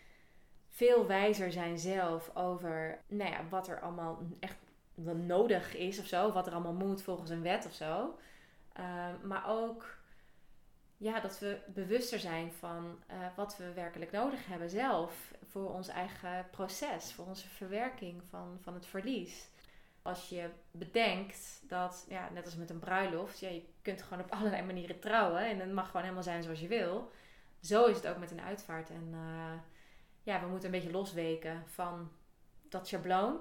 veel wijzer zijn zelf over nou ja, wat er allemaal echt nodig is of zo. Wat er allemaal moet volgens een wet of zo. Uh, maar ook ja, dat we bewuster zijn van uh, wat we werkelijk nodig hebben zelf. Voor ons eigen proces. Voor onze verwerking van, van het verlies. Als je bedenkt dat, ja, net als met een bruiloft, ja, je kunt gewoon op allerlei manieren trouwen. En het mag gewoon helemaal zijn zoals je wil. Zo is het ook met een uitvaart. En uh, ja, we moeten een beetje losweken van dat schabloon.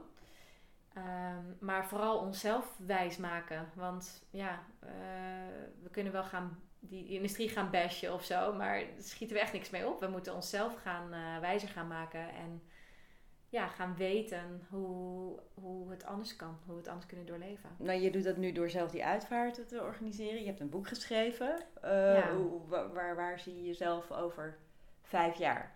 Um, maar vooral onszelf wijs maken. Want ja, uh, we kunnen wel gaan die industrie gaan bashen of zo. Maar daar schieten we echt niks mee op. We moeten onszelf gaan uh, wijzer gaan maken. En ja, gaan weten hoe, hoe het anders kan. Hoe we het anders kunnen doorleven. Nou, je doet dat nu door zelf die uitvaart te organiseren. Je hebt een boek geschreven. Uh, Ja. hoe, waar, waar zie je jezelf over vijf jaar?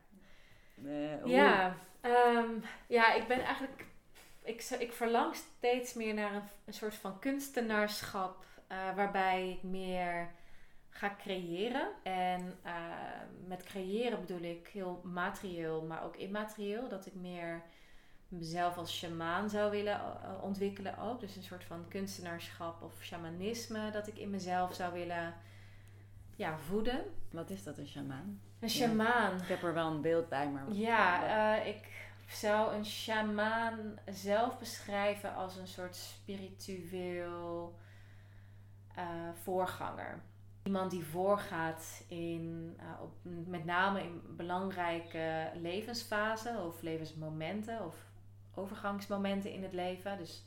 Uh, hoe... Ja, um, ja, ik ben eigenlijk... Ik, ik verlang steeds meer naar een, een soort van kunstenaarschap. Uh, waarbij ik meer ga creëren. En uh, met creëren bedoel ik heel materieel, maar ook immaterieel. Dat ik meer mezelf als sjamaan zou willen uh, ontwikkelen ook. Dus een soort van kunstenaarschap of shamanisme dat ik in mezelf zou willen ja, voeden. Wat is dat, een sjamaan? Een sjamaan. Ja. Ik heb er wel een beeld bij, maar... Ja, uh, ik zou een sjamaan zelf beschrijven als een soort spiritueel uh, voorganger. Iemand die voorgaat in, uh, op, met name in belangrijke levensfasen of levensmomenten of overgangsmomenten in het leven. Dus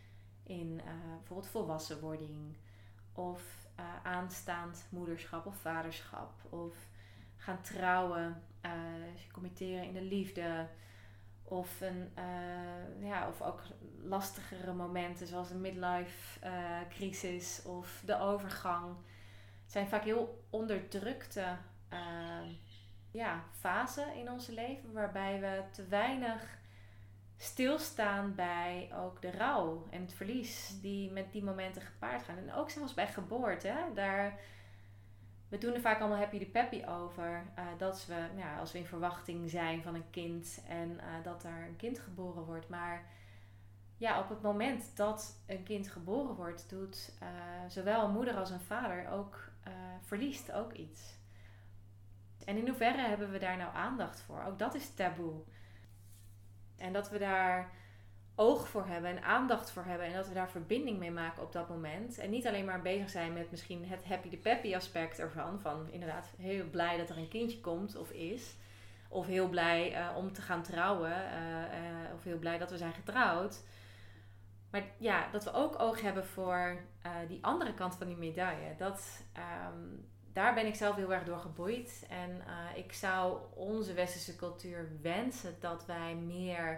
in uh, bijvoorbeeld volwassenwording of uh, aanstaand moederschap of vaderschap of gaan trouwen, uh, committeren in de liefde. Of, een, uh, ja, of ook lastigere momenten zoals een midlife uh, crisis of de overgang. Het zijn vaak heel onderdrukte uh, ja, fasen in ons leven waarbij we te weinig stilstaan bij ook de rouw en het verlies die met die momenten gepaard gaan. En ook zelfs bij geboorte. Hè? Daar, we doen er vaak allemaal happy de peppy over. Uh, dat we, ja, als we in verwachting zijn van een kind en uh, dat daar een kind geboren wordt. Maar ja, op het moment dat een kind geboren wordt, doet uh, zowel een moeder als een vader ook uh, verliest ook iets. En in hoeverre hebben we daar nou aandacht voor? Ook dat is taboe. En dat we daar oog voor hebben en aandacht voor hebben. En dat we daar verbinding mee maken op dat moment. En niet alleen maar bezig zijn met misschien het happy de peppy aspect ervan. Van inderdaad heel blij dat er een kindje komt of is. Of heel blij uh, om te gaan trouwen. Uh, uh, of heel blij dat we zijn getrouwd. Maar ja, dat we ook oog hebben voor uh, die andere kant van die medaille. Dat, um, daar ben ik zelf heel erg door geboeid. En uh, ik zou onze westerse cultuur wensen dat wij meer,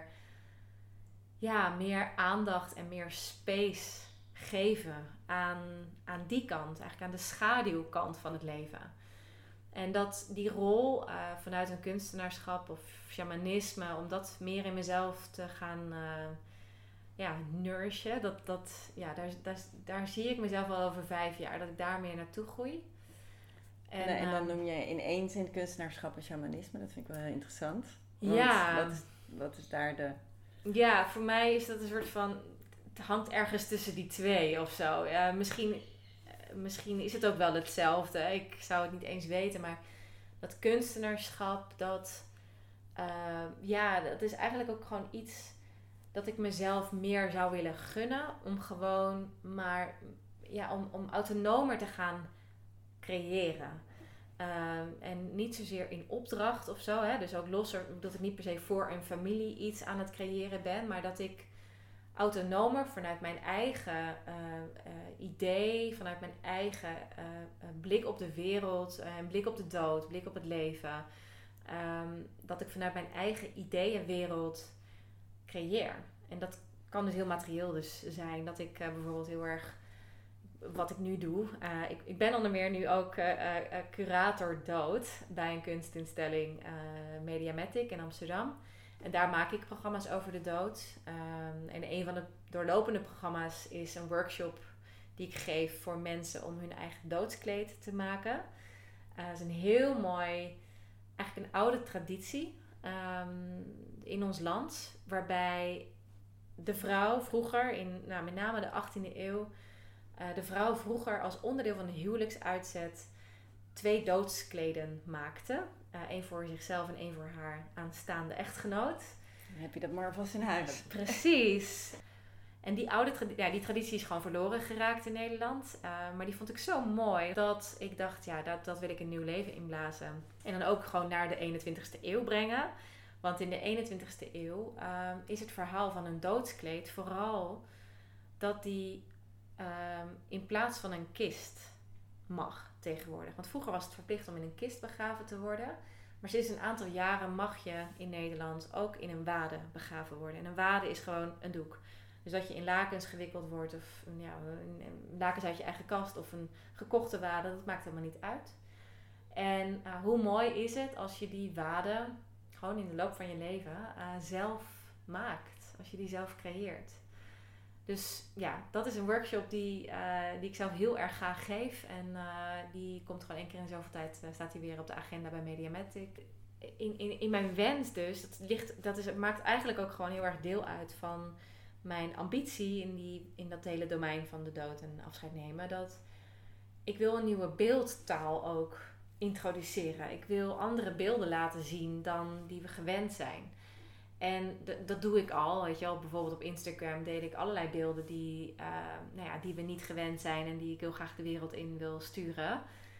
ja, meer aandacht en meer space geven aan, aan die kant. Eigenlijk aan de schaduwkant van het leven. En dat die rol uh, vanuit een kunstenaarschap of shamanisme, om dat meer in mezelf te gaan uh, ja, nourishen, dat, dat, ja, daar, daar, daar zie ik mezelf al over vijf jaar, dat ik daar meer naartoe groei. En, en, en dan noem je ineens in kunstenaarschap en shamanisme, dat vind ik wel heel interessant. Want ja. Wat is, wat is daar de... Ja, voor mij is dat een soort van, het hangt ergens tussen die twee of zo. Ja, misschien... Misschien is het ook wel hetzelfde. Ik zou het niet eens weten. Maar dat kunstenaarschap, dat... Uh, ja, dat is eigenlijk ook gewoon iets dat ik mezelf meer zou willen gunnen. Om gewoon maar... Ja, om, om autonomer te gaan creëren. Uh, en niet zozeer in opdracht of zo. Hè? Dus ook losser dat ik niet per se voor een familie iets aan het creëren ben. Maar dat ik... autonomer vanuit mijn eigen uh, uh, idee, vanuit mijn eigen uh, uh, blik op de wereld, uh, blik op de dood, blik op het leven. Um, dat ik vanuit mijn eigen ideeënwereld creëer. En dat kan dus heel materieel dus zijn. Dat ik uh, bijvoorbeeld heel erg, wat ik nu doe. Uh, ik, ik ben onder meer nu ook uh, uh, curator dood bij een kunstinstelling uh, Mediamatic in Amsterdam. En daar maak ik programma's over de dood. Um, en een van de doorlopende programma's is een workshop die ik geef voor mensen om hun eigen doodskleed te maken. Uh, dat is een heel mooi, eigenlijk een oude traditie um, in ons land. Waarbij de vrouw vroeger, in nou, met name de achttiende eeuw, uh, de vrouw vroeger als onderdeel van de huwelijksuitzet twee doodskleden maakte. Eén uh, voor zichzelf en één voor haar aanstaande echtgenoot. Dan heb je dat maar vast in huis. Precies. En die oude tradi- ja, die traditie is gewoon verloren geraakt in Nederland. Uh, maar die vond ik zo mooi dat ik dacht, ja, dat, dat wil ik een nieuw leven inblazen. En dan ook gewoon naar de eenentwintigste eeuw brengen. Want in de eenentwintigste eeuw uh, is het verhaal van een doodskleed vooral dat die uh, in plaats van een kist mag tegenwoordig. Want vroeger was het verplicht om in een kist begraven te worden. Maar sinds een aantal jaren mag je in Nederland ook in een wade begraven worden. En een wade is gewoon een doek. Dus dat je in lakens gewikkeld wordt of ja, een lakens uit je eigen kast of een gekochte wade, dat maakt helemaal niet uit. En uh, hoe mooi is het als je die wade gewoon in de loop van je leven uh, zelf maakt. Als je die zelf creëert. Dus ja, dat is een workshop die, uh, die ik zelf heel erg graag geef. En uh, die komt gewoon één keer in zoveel tijd, uh, staat die weer op de agenda bij Mediamatic. In, in, in mijn wens dus, dat, ligt, dat is, maakt eigenlijk ook gewoon heel erg deel uit van mijn ambitie in, die, in dat hele domein van de dood en afscheid nemen. Dat ik wil een nieuwe beeldtaal ook introduceren. Ik wil andere beelden laten zien dan die we gewend zijn. En d- dat doe ik al, weet je wel. Bijvoorbeeld op Instagram deel ik allerlei beelden die, uh, nou ja, die we niet gewend zijn en die ik heel graag de wereld in wil sturen.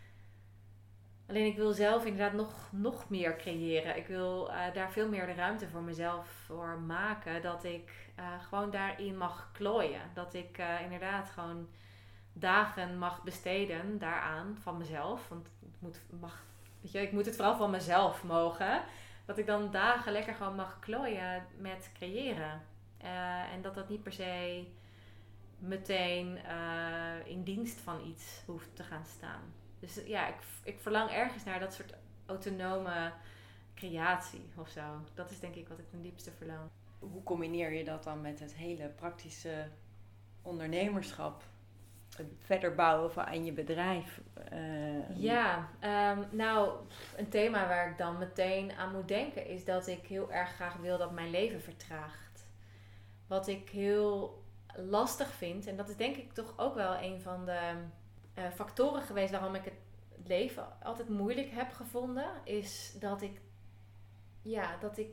Alleen ik wil zelf inderdaad nog, nog meer creëren. Ik wil uh, daar veel meer de ruimte voor mezelf voor maken. Dat ik uh, gewoon daarin mag klooien. Dat ik uh, inderdaad gewoon dagen mag besteden daaraan van mezelf. Want het moet, mag, weet je, ik moet het vooral van mezelf mogen. Dat ik dan dagen lekker gewoon mag klooien met creëren. Uh, en dat dat niet per se meteen uh, in dienst van iets hoeft te gaan staan. Dus ja, ik, ik verlang ergens naar dat soort autonome creatie of zo. Dat is denk ik wat ik ten diepste verlang. Hoe combineer je dat dan met het hele praktische ondernemerschap? Het verder bouwen van aan je bedrijf? Uh, ja, um, nou, een thema waar ik dan meteen aan moet denken is dat ik heel erg graag wil dat mijn leven vertraagt. Wat ik heel lastig vind, en dat is denk ik toch ook wel een van de uh, factoren geweest waarom ik het leven altijd moeilijk heb gevonden, is dat ik, ja, dat ik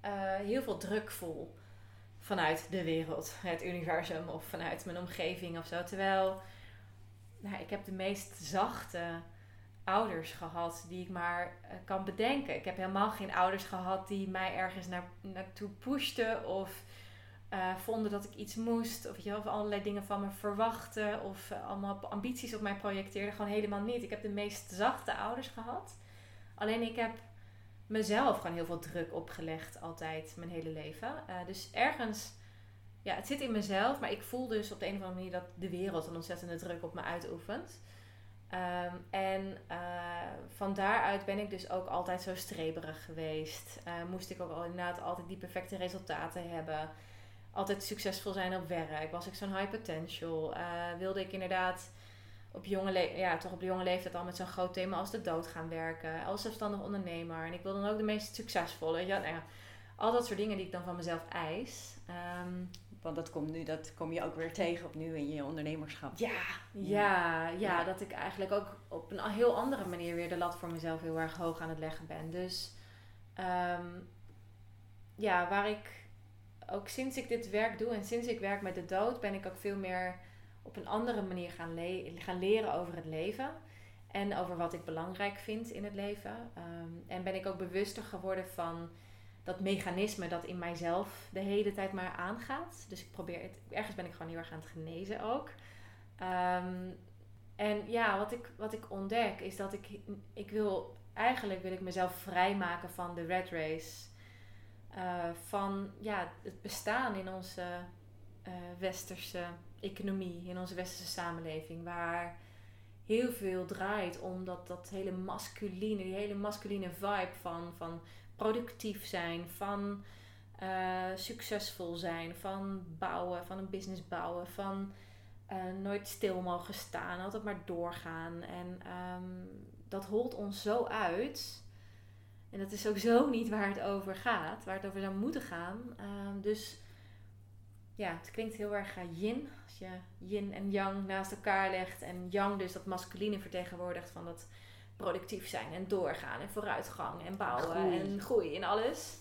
uh, heel veel druk voel vanuit de wereld, het universum of vanuit mijn omgeving of zo. Terwijl nou, ik heb de meest zachte ouders gehad die ik maar uh, kan bedenken. Ik heb helemaal geen ouders gehad die mij ergens naar, naartoe pushten of uh, vonden dat ik iets moest. Of, je, of allerlei dingen van me verwachten of uh, allemaal ambities op mij projecteerden. Gewoon helemaal niet. Ik heb de meest zachte ouders gehad. Alleen ik heb mezelf gewoon heel veel druk opgelegd altijd mijn hele leven. Uh, dus ergens, ja, het zit in mezelf, maar ik voel dus op de een of andere manier dat de wereld een ontzettende druk op me uitoefent. Um, en uh, van daaruit ben ik dus ook altijd zo streberig geweest. Uh, moest ik ook al inderdaad altijd die perfecte resultaten hebben. Altijd succesvol zijn op werk. Was ik zo'n high potential. Uh, wilde ik inderdaad op jonge, le- ja, toch op jonge leeftijd al met zo'n groot thema als de dood gaan werken. Als zelfstandig ondernemer. En ik wil dan ook de meest succesvolle. Ja, nou ja, al dat soort dingen die ik dan van mezelf eis. Um, Want dat komt nu, dat kom je ook weer tegen op nu in je ondernemerschap. Ja, ja, ja, ja, dat ik eigenlijk ook op een heel andere manier weer de lat voor mezelf heel erg hoog aan het leggen ben. Dus um, ja, waar ik ook sinds ik dit werk doe en sinds ik werk met de dood, ben ik ook veel meer op een andere manier gaan, le- gaan leren over het leven. En over wat ik belangrijk vind in het leven. Um, en ben ik ook bewuster geworden van dat mechanisme dat in mijzelf de hele tijd maar aangaat. Dus ik probeer het, ergens ben ik gewoon heel erg aan het genezen ook. Um, en ja, wat ik, wat ik ontdek is dat ik, ik wil, eigenlijk wil ik mezelf vrijmaken van de rat race. Uh, van ja, het bestaan in onze uh, westerse economie, in onze westerse samenleving, waar heel veel draait om dat, dat hele masculine, die hele masculine vibe van, van productief zijn, van uh, succesvol zijn, van bouwen, van een business bouwen, van uh, nooit stil mogen staan, altijd maar doorgaan. En um, dat holt ons zo uit. En dat is ook zo niet waar het over gaat, waar het over zou moeten gaan. Um, dus ja, het klinkt heel erg uh, yin. Als je yin en yang naast elkaar legt. En yang dus dat masculine vertegenwoordigt van dat productief zijn en doorgaan en vooruitgang en bouwen groei. en groei en alles.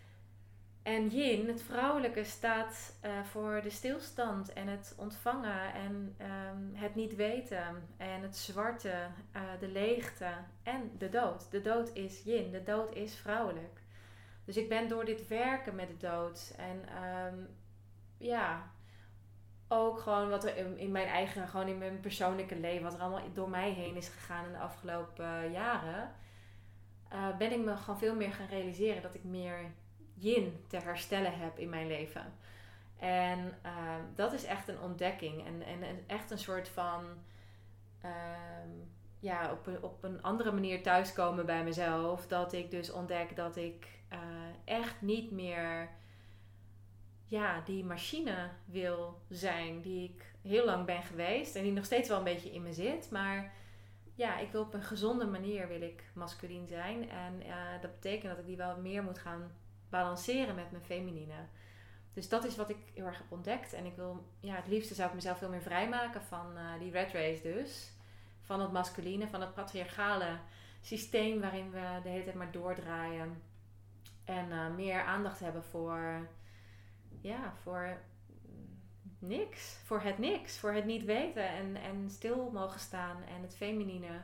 En yin, het vrouwelijke, staat uh, voor de stilstand en het ontvangen en um, het niet weten en het zwarte, uh, de leegte en de dood. De dood is yin, de dood is vrouwelijk. Dus ik ben door dit werken met de dood en um, ja, ook gewoon wat er in, in mijn eigen, gewoon in mijn persoonlijke leven, wat er allemaal door mij heen is gegaan in de afgelopen uh, jaren, uh, ben ik me gewoon veel meer gaan realiseren dat ik meer yin te herstellen heb in mijn leven. En uh, dat is echt een ontdekking. En, en, en echt een soort van uh, ja, op een, op een andere manier thuiskomen bij mezelf. Dat ik dus ontdek dat ik uh, echt niet meer ja, die machine wil zijn die ik heel lang ben geweest. En die nog steeds wel een beetje in me zit. Maar ja, ik wil op een gezonde manier wil ik masculien zijn. En uh, dat betekent dat ik die wel meer moet gaan balanceren met mijn feminine. Dus dat is wat ik heel erg heb ontdekt. En ik wil, ja, het liefste zou ik mezelf veel meer vrijmaken van uh, die rat race dus. Van het masculine, van het patriarchale systeem waarin we de hele tijd maar doordraaien. En uh, meer aandacht hebben voor, ja, voor niks. Voor het niks. Voor het niet weten. En, en stil mogen staan. En het feminine.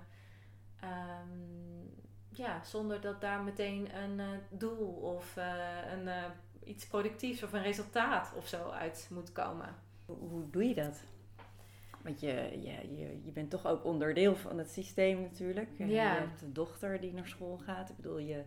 Um, ja, zonder dat daar meteen een uh, doel of uh, een, uh, iets productiefs of een resultaat of zo uit moet komen. Hoe, hoe doe je dat? Want je, je, je, je bent toch ook onderdeel van het systeem natuurlijk. En ja. Je hebt een dochter die naar school gaat. Ik bedoel, je...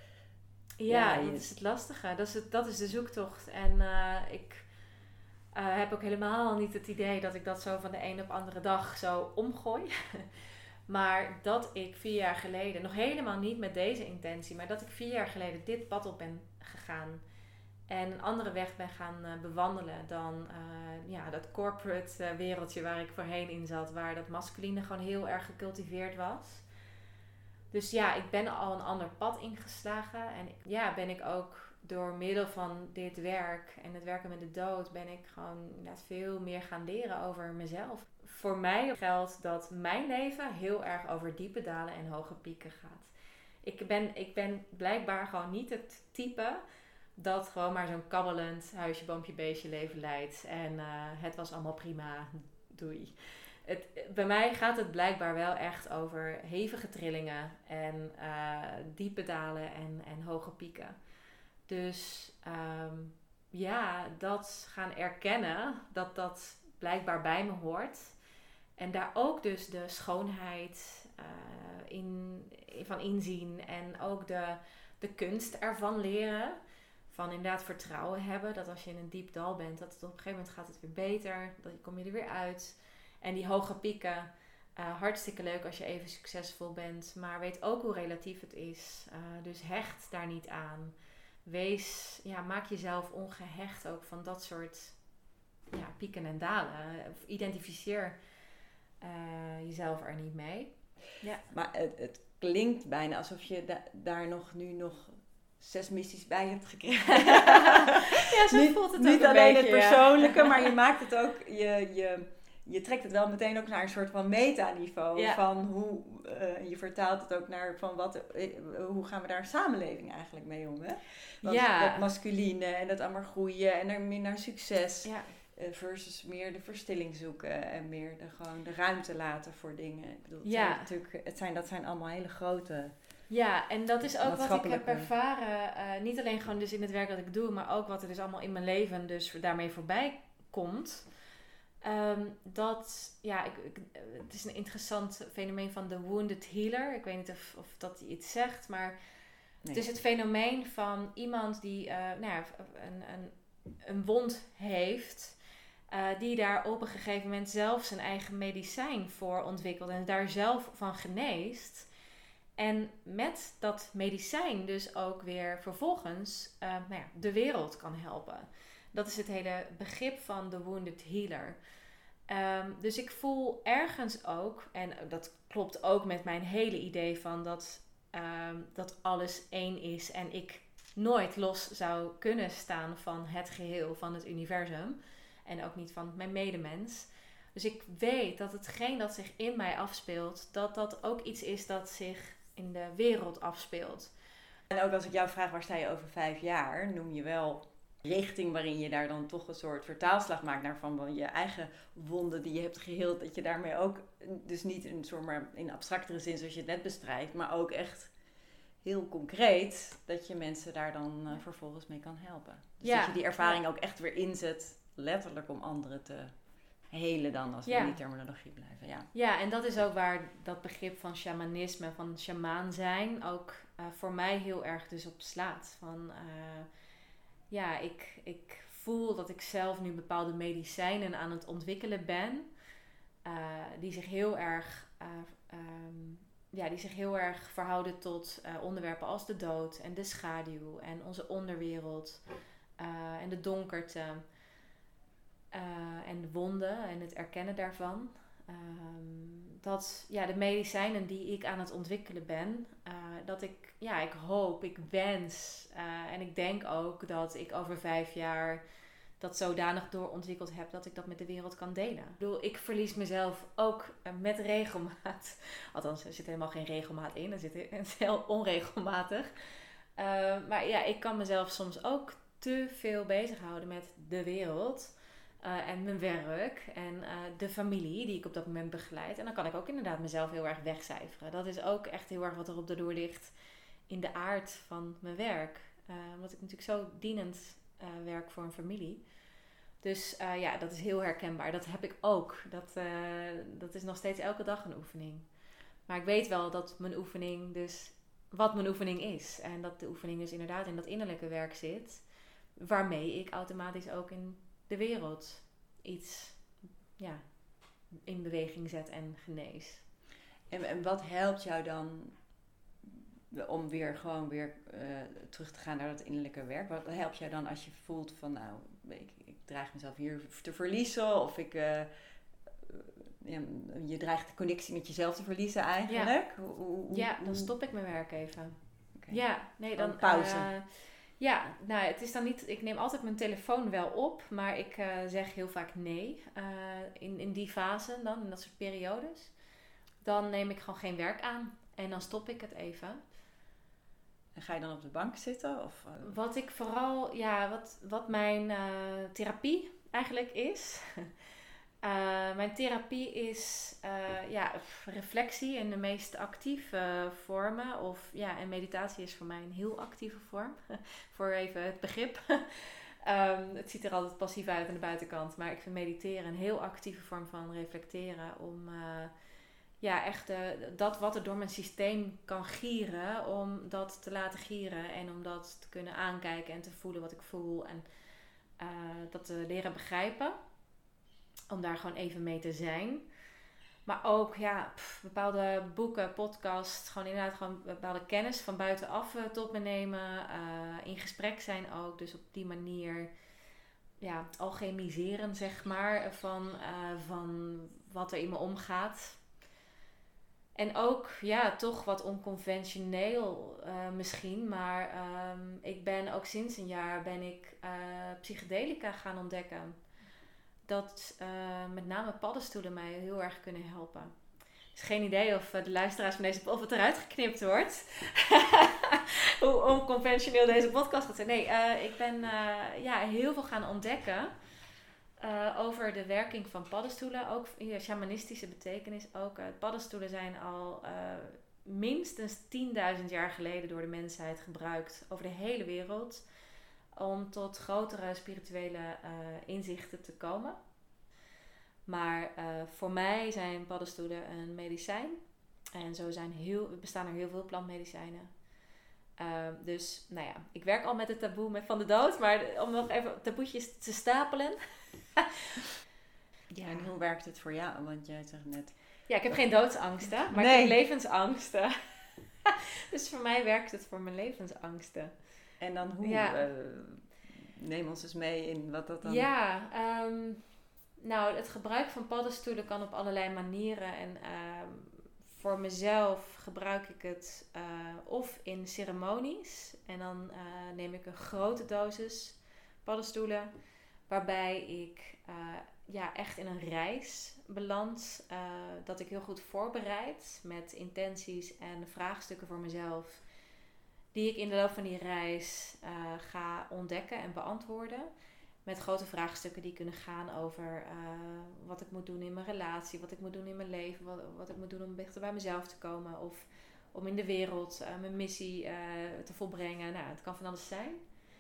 Ja, ja je... dat is het lastige. Dat is, het, dat is de zoektocht. En uh, ik uh, heb ook helemaal niet het idee dat ik dat zo van de een op andere dag zo omgooi. Maar dat ik vier jaar geleden, nog helemaal niet met deze intentie, maar dat ik vier jaar geleden dit pad op ben gegaan. En een andere weg ben gaan uh, bewandelen dan uh, ja, dat corporate uh, wereldje waar ik voorheen in zat. Waar dat masculine gewoon heel erg gecultiveerd was. Dus ja, ik ben al een ander pad ingeslagen. En ja, ben ik ook door middel van dit werk en het werken met de dood, ben ik gewoon inderdaad veel meer gaan leren over mezelf. Voor mij geldt dat mijn leven heel erg over diepe dalen en hoge pieken gaat. Ik ben, ik ben blijkbaar gewoon niet het type dat gewoon maar zo'n kabbelend huisje, boompje, beestje leven leidt. En uh, het was allemaal prima. Doei. Het, bij mij gaat het blijkbaar wel echt over hevige trillingen en uh, diepe dalen en, en hoge pieken. Dus um, ja, dat gaan erkennen, dat dat blijkbaar bij me hoort. En daar ook dus de schoonheid uh, in, van inzien en ook de, de kunst ervan leren. Van inderdaad vertrouwen hebben, dat als je in een diep dal bent, dat het op een gegeven moment gaat het weer beter. Dan kom je er weer uit. En die hoge pieken, uh, hartstikke leuk als je even succesvol bent. Maar weet ook hoe relatief het is. Uh, dus hecht daar niet aan. Wees, ja, maak jezelf ongehecht ook van dat soort ja, pieken en dalen. Identificeer uh, jezelf er niet mee. Ja. Maar het, het klinkt bijna alsof je da- daar nog nu nog zes missies bij hebt gekregen. Ja, zo niet, voelt het niet ook een alleen beetje, het persoonlijke, ja. Maar je maakt het ook, je, je, je trekt het wel meteen ook naar een soort van metaniveau. Ja. Van hoe, uh, je vertaalt het ook naar van wat, uh, hoe gaan we daar een samenleving eigenlijk mee om, hè? Want ja. dat masculine en dat allemaal groeien en er meer naar succes. Ja. Versus meer de verstilling zoeken en meer de, gewoon de ruimte laten voor dingen. Ik bedoel, het ja. zijn natuurlijk, het zijn, dat zijn allemaal hele grote... Ja, en dat is ook wat ik heb ervaren. Uh, niet alleen gewoon dus in het werk dat ik doe, maar ook wat er dus allemaal in mijn leven dus daarmee voorbij komt. Um, dat, ja, ik, ik, het is een interessant fenomeen van de wounded healer. Ik weet niet of, of dat iets zegt, maar nee. Het is het fenomeen van iemand die uh, nou ja, een, een, een wond heeft... Uh, die daar op een gegeven moment zelf zijn eigen medicijn voor ontwikkelt en daar zelf van geneest. En met dat medicijn dus ook weer vervolgens uh, nou ja, de wereld kan helpen. Dat is het hele begrip van de wounded healer. Um, dus ik voel ergens ook, en dat klopt ook met mijn hele idee van dat, um, dat alles één is en ik nooit los zou kunnen staan van het geheel, van het universum. En ook niet van mijn medemens. Dus ik weet dat hetgeen dat zich in mij afspeelt, dat dat ook iets is dat zich in de wereld afspeelt. En ook als ik jou vraag waar sta je over vijf jaar, noem je wel richting waarin je daar dan toch een soort vertaalslag maakt naar van je eigen wonden die je hebt geheeld. Dat je daarmee ook, dus niet in, soort maar in abstractere zin zoals je het net bestrijdt, maar ook echt heel concreet dat je mensen daar dan uh, vervolgens mee kan helpen. Dus ja. Dat je die ervaring ook echt weer inzet, letterlijk om anderen te helen dan, als we ja. in die terminologie blijven. Ja. Ja, en dat is ook waar dat begrip van shamanisme, van shamaan zijn, ook uh, voor mij heel erg dus op slaat. Van, uh, ja, ik, ik voel dat ik zelf nu bepaalde medicijnen aan het ontwikkelen ben, uh, die zich heel erg, uh, um, ja, die zich heel erg verhouden tot uh, onderwerpen als de dood en de schaduw en onze onderwereld uh, en de donkerte. Uh, en de wonden en het erkennen daarvan. Um, dat ja, de medicijnen die ik aan het ontwikkelen ben, uh, dat ik, ja, ik hoop, ik wens uh, en ik denk ook dat ik over vijf jaar dat zodanig doorontwikkeld heb dat ik dat met de wereld kan delen. Ik bedoel, ik verlies mezelf ook uh, met regelmaat. Althans, er zit helemaal geen regelmaat in, er zit het is heel onregelmatig. Uh, maar ja, ik kan mezelf soms ook te veel bezighouden met de wereld. Uh, en mijn werk en uh, de familie die ik op dat moment begeleid. En dan kan ik ook inderdaad mezelf heel erg wegcijferen. Dat is ook echt heel erg wat er op de loer ligt in de aard van mijn werk. Uh, omdat ik natuurlijk zo dienend uh, werk voor een familie. Dus uh, ja, dat is heel herkenbaar. Dat heb ik ook. Dat, uh, dat is nog steeds elke dag een oefening. Maar ik weet wel dat mijn oefening dus wat mijn oefening is. En dat de oefening dus inderdaad in dat innerlijke werk zit. Waarmee ik automatisch ook in de wereld iets ja, in beweging zet en genees. En, en wat helpt jou dan om weer gewoon weer uh, terug te gaan naar dat innerlijke werk? Wat helpt jou dan als je voelt van nou, ik, ik dreig mezelf hier te verliezen of ik, uh, ja, je dreigt de connectie met jezelf te verliezen eigenlijk? Ja, hoe, hoe, ja dan stop ik mijn werk even. Okay. Ja, nee, dan pauze. Uh, Ja, nou, het is dan niet. Ik neem altijd mijn telefoon wel op, maar ik uh, zeg heel vaak nee uh, in, in die fase dan, in dat soort periodes. Dan neem ik gewoon geen werk aan en dan stop ik het even. En ga je dan op de bank zitten? Of, uh... Wat ik vooral, ja, wat, wat mijn uh, therapie eigenlijk is. uh, mijn therapie is uh, ja, reflectie in de meest actieve vormen. Of ja, en meditatie is voor mij een heel actieve vorm. Voor even het begrip. um, het ziet er altijd passief uit aan de buitenkant. Maar ik vind mediteren een heel actieve vorm van reflecteren. Om uh, ja, echt uh, dat wat er door mijn systeem kan gieren. Om dat te laten gieren. En om dat te kunnen aankijken en te voelen wat ik voel. En uh, dat te leren begrijpen. Om daar gewoon even mee te zijn. Maar ook ja, pff, bepaalde boeken, podcasts. Gewoon inderdaad gewoon bepaalde kennis van buitenaf uh, tot me nemen. Uh, in gesprek zijn ook. Dus op die manier ja, alchemiseren zeg maar. Van, uh, van wat er in me omgaat. En ook ja, toch wat onconventioneel uh, misschien. Maar um, ik ben ook sinds een jaar ben ik uh, psychedelica gaan ontdekken. Dat uh, met name paddenstoelen mij heel erg kunnen helpen. Dus geen idee of uh, de luisteraars van deze of het eruit geknipt wordt. Hoe onconventioneel deze podcast gaat zijn. Nee, uh, ik ben uh, ja, heel veel gaan ontdekken uh, over de werking van paddenstoelen. Ook ja, shamanistische betekenis. Ook uh, paddenstoelen zijn al uh, minstens tienduizend jaar geleden door de mensheid gebruikt over de hele wereld. Om tot grotere spirituele uh, inzichten te komen. Maar uh, voor mij zijn paddenstoelen een medicijn. En zo zijn heel, bestaan er heel veel plantmedicijnen. Uh, dus, nou ja, ik werk al met het taboe met van de dood. Maar om nog even taboetjes te stapelen. Ja, en hoe werkt het voor jou? Want jij zegt net... Ja, ik heb geen doodsangsten, maar nee. ik heb levensangsten. Dus voor mij werkt het voor mijn levensangsten. En dan hoe? Ja. Uh, neem ons eens mee in wat dat dan... Ja, um, nou, het gebruik van paddenstoelen kan op allerlei manieren. En um, voor mezelf gebruik ik het uh, of in ceremonies. En dan uh, neem ik een grote dosis paddenstoelen. Waarbij ik uh, ja, echt in een reis beland. Uh, dat ik heel goed voorbereid met intenties en vraagstukken voor mezelf. Die ik in de loop van die reis uh, ga ontdekken en beantwoorden. Met grote vraagstukken die kunnen gaan over uh, wat ik moet doen in mijn relatie. Wat ik moet doen in mijn leven. Wat, wat ik moet doen om dichter bij mezelf te komen. Of om in de wereld uh, mijn missie uh, te volbrengen. Nou, het kan van alles zijn.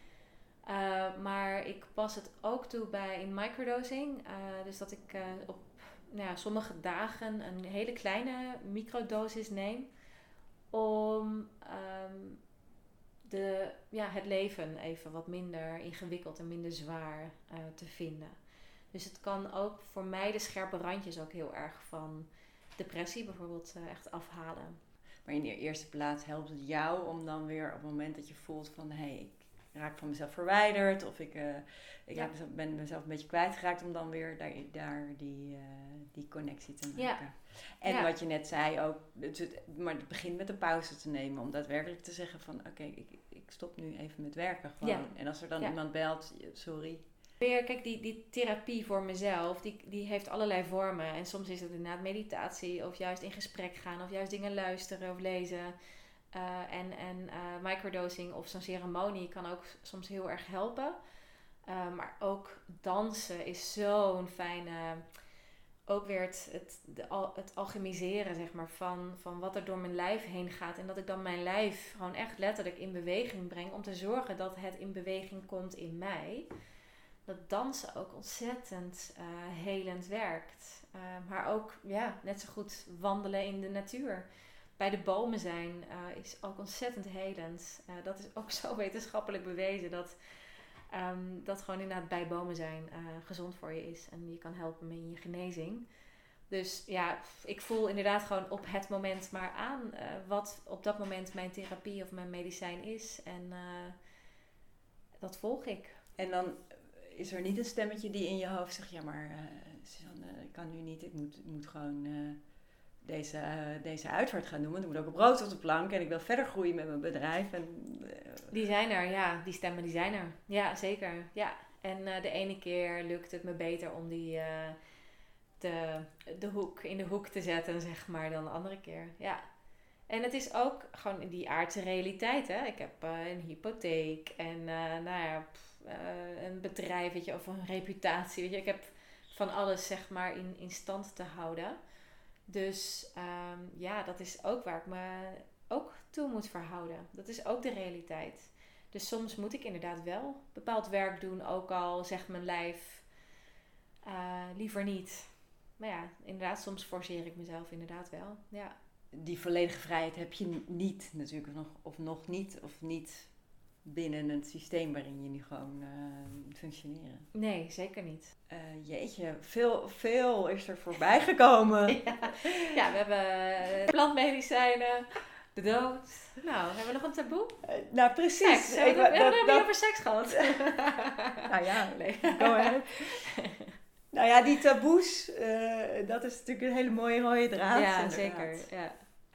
Uh, maar ik pas het ook toe bij in microdosing. Uh, dus dat ik uh, op nou ja, sommige dagen een hele kleine microdosis neem. Om... Um, De, ja, het leven even wat minder ingewikkeld en minder zwaar uh, te vinden. Dus het kan ook voor mij de scherpe randjes ook heel erg van depressie bijvoorbeeld uh, echt afhalen. Maar in de eerste plaats helpt het jou om dan weer op het moment dat je voelt van... hé, hey, ik raak van mezelf verwijderd of ik, uh, ik ja. mezelf, ben mezelf een beetje kwijtgeraakt... om dan weer daar, daar die, uh, die connectie te maken. Ja. En ja. wat je net zei ook, het, maar het begint met een pauze te nemen... om daadwerkelijk te zeggen van oké, okay, ik, ik stop nu even met werken gewoon. Ja. En als er dan ja. iemand belt, sorry... Weer, kijk, die, die therapie voor mezelf, die, die heeft allerlei vormen. En soms is het inderdaad meditatie of juist in gesprek gaan... of juist dingen luisteren of lezen... Uh, en en uh, microdosing of zo'n ceremonie kan ook soms heel erg helpen. Uh, maar ook dansen is zo'n fijne... Ook weer het, het, de, het alchemiseren zeg maar, van, van wat er door mijn lijf heen gaat. En dat ik dan mijn lijf gewoon echt letterlijk in beweging breng. Om te zorgen dat het in beweging komt in mij. Dat dansen ook ontzettend uh, helend werkt. Uh, maar ook ja, net zo goed wandelen in de natuur. Bij de bomen zijn uh, is ook ontzettend helend. Uh, dat is ook zo wetenschappelijk bewezen dat, um, dat gewoon inderdaad bij bomen zijn uh, gezond voor je is. En je kan helpen in je genezing. Dus ja, ik voel inderdaad gewoon op het moment maar aan uh, wat op dat moment mijn therapie of mijn medicijn is. En uh, dat volg ik. En dan is er niet een stemmetje die in je hoofd zegt... ja, maar uh, Suzanne, ik kan nu niet, ik moet, ik moet gewoon... Uh, Deze, uh, deze uitvaart gaan doen. Want ik moet ook op brood op de plank. En ik wil verder groeien met mijn bedrijf. En, uh, die zijn er, ja. Die stemmen die zijn er. Ja, zeker. Ja. En uh, de ene keer lukt het me beter om die uh, de, de hoek, in de hoek te zetten, zeg maar, dan de andere keer. Ja. En het is ook gewoon in die aardse realiteit. Hè? Ik heb uh, een hypotheek en uh, nou ja, pff, uh, een bedrijf, weet je, of een reputatie. Weet je. Ik heb van alles zeg maar in, in stand te houden. Dus um, ja, dat is ook waar ik me ook toe moet verhouden. Dat is ook de realiteit. Dus soms moet ik inderdaad wel bepaald werk doen, ook al zegt mijn lijf uh, liever niet. Maar ja, inderdaad, soms forceer ik mezelf inderdaad wel. Ja. Die volledige vrijheid heb je niet natuurlijk, nog, of nog niet, of niet binnen het systeem waarin je nu gewoon uh, moet functioneren. Nee, zeker niet. Uh, jeetje, veel, veel is er voorbij gekomen. ja. ja, we hebben plantmedicijnen, de dood. Nou, hebben we nog een taboe? Uh, nou, precies. Seks. Ik, we hebben het niet over seks gehad. nou ja, nee. Go ahead. Nou ja, die taboes, uh, dat is natuurlijk een hele mooie rode draad. Ja, inderdaad. zeker. Ja.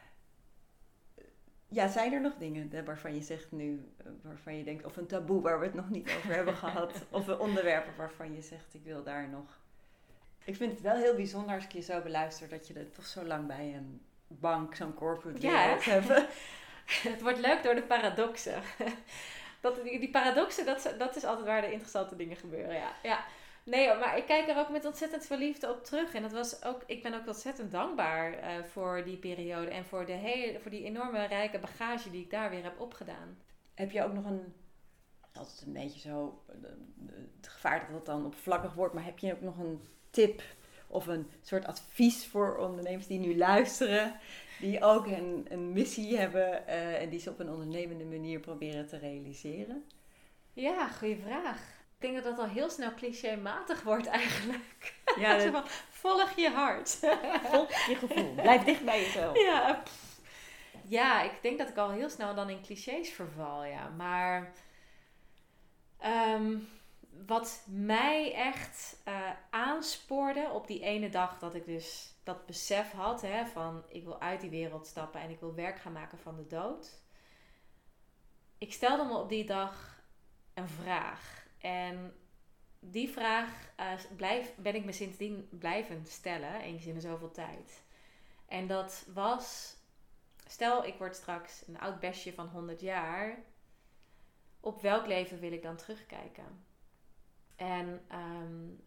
Ja, zijn er nog dingen waarvan je zegt nu, waarvan je denkt, of een taboe waar we het nog niet over hebben gehad, of onderwerpen waarvan je zegt, ik wil daar nog. Ik vind het wel heel bijzonder als ik je zo beluister, dat je er toch zo lang bij een bank, zo'n corporate wereld ja. hebt. Het wordt leuk door de paradoxen. Dat, die, die paradoxen, dat, dat is altijd waar de interessante dingen gebeuren, ja. ja. Nee, maar ik kijk er ook met ontzettend veel liefde op terug. En dat was ook, ik ben ook ontzettend dankbaar uh, voor die periode. En voor, de hele, voor die enorme rijke bagage die ik daar weer heb opgedaan. Heb je ook nog een, altijd een beetje zo, het gevaar dat het dan oppervlakkig wordt. Maar heb je ook nog een tip of een soort advies voor ondernemers die nu luisteren. Die ook een, een missie hebben uh, en die ze op een ondernemende manier proberen te realiseren? Ja, goede vraag. Ik denk dat dat al heel snel clichématig wordt eigenlijk. Ja, dat... van, volg je hart. Volg je gevoel. Blijf dicht bij jezelf. Ja, ja, ik denk dat ik al heel snel dan in clichés verval. Ja. Maar um, wat mij echt uh, aanspoorde op die ene dag dat ik dus dat besef had. Hè, van ik wil uit die wereld stappen en ik wil werk gaan maken van de dood. Ik stelde me op die dag een vraag. En die vraag uh, blijf, ben ik me sindsdien blijven stellen, eens in de zoveel tijd. En dat was, stel ik word straks een oud besje van honderd jaar, op welk leven wil ik dan terugkijken? En um,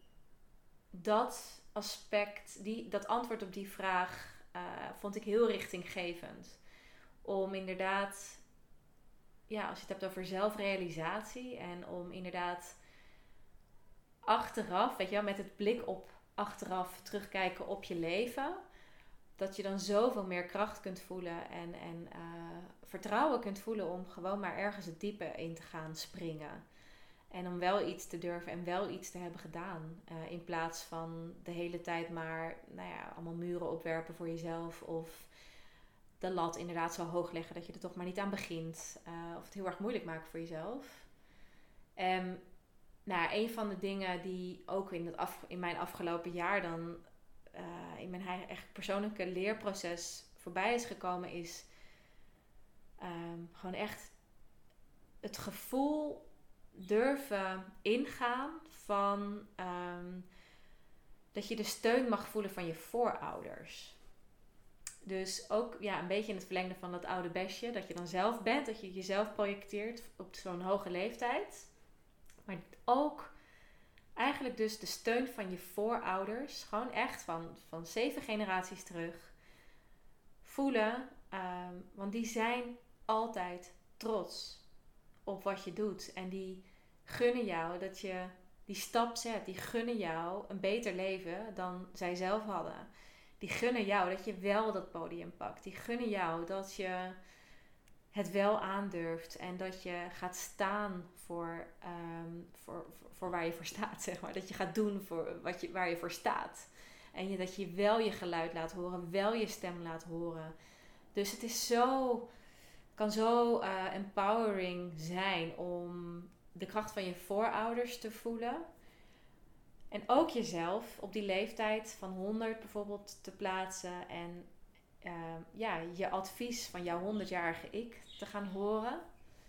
dat aspect, die, dat antwoord op die vraag uh, vond ik heel richtinggevend. Om inderdaad... Ja, als je het hebt over zelfrealisatie en om inderdaad achteraf, weet je wel, met het blik op achteraf terugkijken op je leven, dat je dan zoveel meer kracht kunt voelen en, en uh, vertrouwen kunt voelen om gewoon maar ergens het diepe in te gaan springen. En om wel iets te durven en wel iets te hebben gedaan. Uh, in plaats van de hele tijd maar, nou ja, allemaal muren opwerpen voor jezelf of de lat inderdaad zo hoog leggen dat je er toch maar niet aan begint. Uh, of het heel erg moeilijk maken voor jezelf. En nou, een van de dingen die ook in, het af, in mijn afgelopen jaar dan uh, in mijn eigen persoonlijke leerproces voorbij is gekomen is um, gewoon echt het gevoel durven ingaan van um, dat je de steun mag voelen van je voorouders. Dus ook ja, een beetje in het verlengde van dat oude besje. Dat je dan zelf bent. Dat je jezelf projecteert op zo'n hoge leeftijd. Maar ook eigenlijk dus de steun van je voorouders. Gewoon echt van, van zeven generaties terug. Voelen. Um, want die zijn altijd trots op wat je doet. En die gunnen jou dat je die stap zet. Die gunnen jou een beter leven dan zij zelf hadden. Die gunnen jou dat je wel dat podium pakt. Die gunnen jou dat je het wel aandurft. En dat je gaat staan voor, um, voor, voor, voor waar je voor staat, zeg maar. Dat je gaat doen voor wat je, waar je voor staat. En je, dat je wel je geluid laat horen. Wel je stem laat horen. Dus het is zo, kan zo uh, empowering zijn om de kracht van je voorouders te voelen. En ook jezelf op die leeftijd van honderd bijvoorbeeld te plaatsen. En uh, ja, je advies van jouw honderdjarige ik te gaan horen.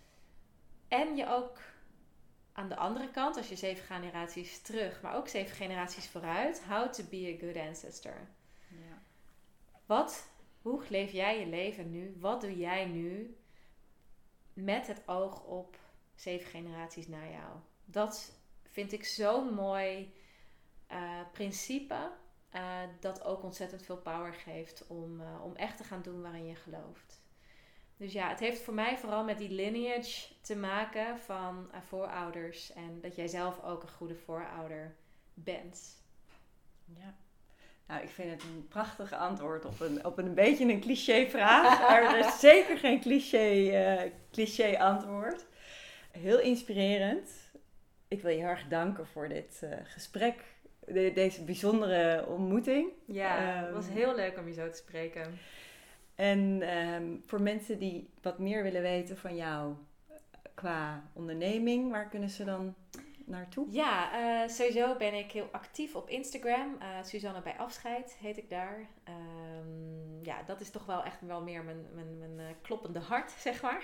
En je ook aan de andere kant, als je zeven generaties terug, maar ook zeven generaties vooruit. How to be a good ancestor. Ja. Wat hoe leef jij je leven nu? Wat doe jij nu met het oog op zeven generaties na jou? Dat vind ik zo'n mooi uh, principe. Uh, dat ook ontzettend veel power geeft om, uh, om echt te gaan doen waarin je gelooft. Dus ja, het heeft voor mij vooral met die lineage te maken van uh, voorouders. En dat jij zelf ook een goede voorouder bent. Ja. Nou, ik vind het een prachtig antwoord op een, op een beetje een cliché-vraag. Maar er is zeker geen cliché, uh, cliché antwoord. Heel inspirerend. Ik wil je heel erg danken voor dit uh, gesprek. De, deze bijzondere ontmoeting. Ja, um, het was heel leuk om je zo te spreken. En um, voor mensen die wat meer willen weten van jou qua onderneming, waar kunnen ze dan naartoe? Ja, uh, sowieso ben ik heel actief op Instagram. Uh, Suzanne bij Afscheid heet ik daar. Um, ja, dat is toch wel echt wel meer mijn, mijn, mijn uh, kloppende hart, zeg maar.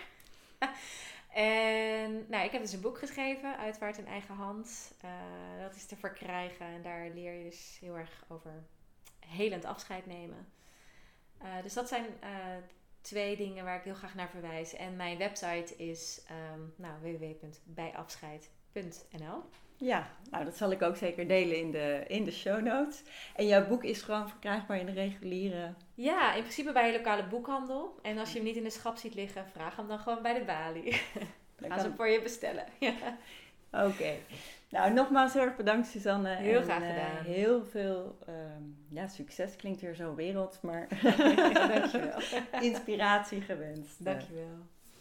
En nou, ik heb dus een boek geschreven, Uitvaart in eigen hand. Uh, dat is te verkrijgen en daar leer je dus heel erg over helend afscheid nemen. Uh, dus dat zijn uh, twee dingen waar ik heel graag naar verwijs. En mijn website is um, nou, w w w punt bijafscheid punt n l. Ja, nou dat zal ik ook zeker delen in de, in de show notes. En jouw boek is gewoon verkrijgbaar in de reguliere... Ja, in principe bij je lokale boekhandel. En als je hem niet in de schap ziet liggen, vraag hem dan gewoon bij de balie. Dan gaan ze hem voor je bestellen. Ja. Oké. Okay. Nou, nogmaals heel erg bedankt Suzanne. Heel en, graag gedaan. Uh, heel veel um, ja, succes. Klinkt weer zo werelds, maar ja, dankjewel. Inspiratie gewenst. Dankjewel.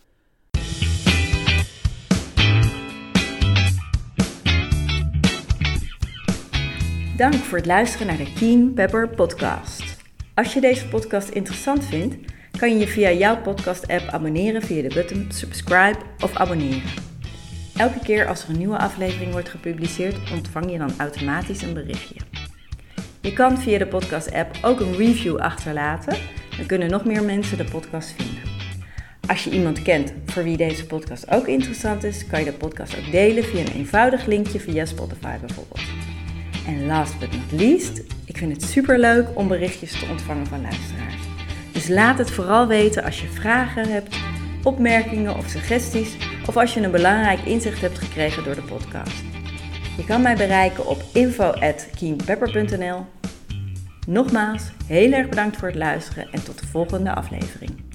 Dank voor het luisteren naar de Keen Pepper podcast. Als je deze podcast interessant vindt, kan je je via jouw podcast-app abonneren via de button subscribe of abonneren. Elke keer als er een nieuwe aflevering wordt gepubliceerd, ontvang je dan automatisch een berichtje. Je kan via de podcast-app ook een review achterlaten, dan kunnen nog meer mensen de podcast vinden. Als je iemand kent voor wie deze podcast ook interessant is, kan je de podcast ook delen via een eenvoudig linkje via Spotify bijvoorbeeld. En last but not least, ik vind het superleuk om berichtjes te ontvangen van luisteraars. Dus laat het vooral weten als je vragen hebt, opmerkingen of suggesties, of als je een belangrijk inzicht hebt gekregen door de podcast. Je kan mij bereiken op info at keenpepper punt n l. Nogmaals, heel erg bedankt voor het luisteren en tot de volgende aflevering.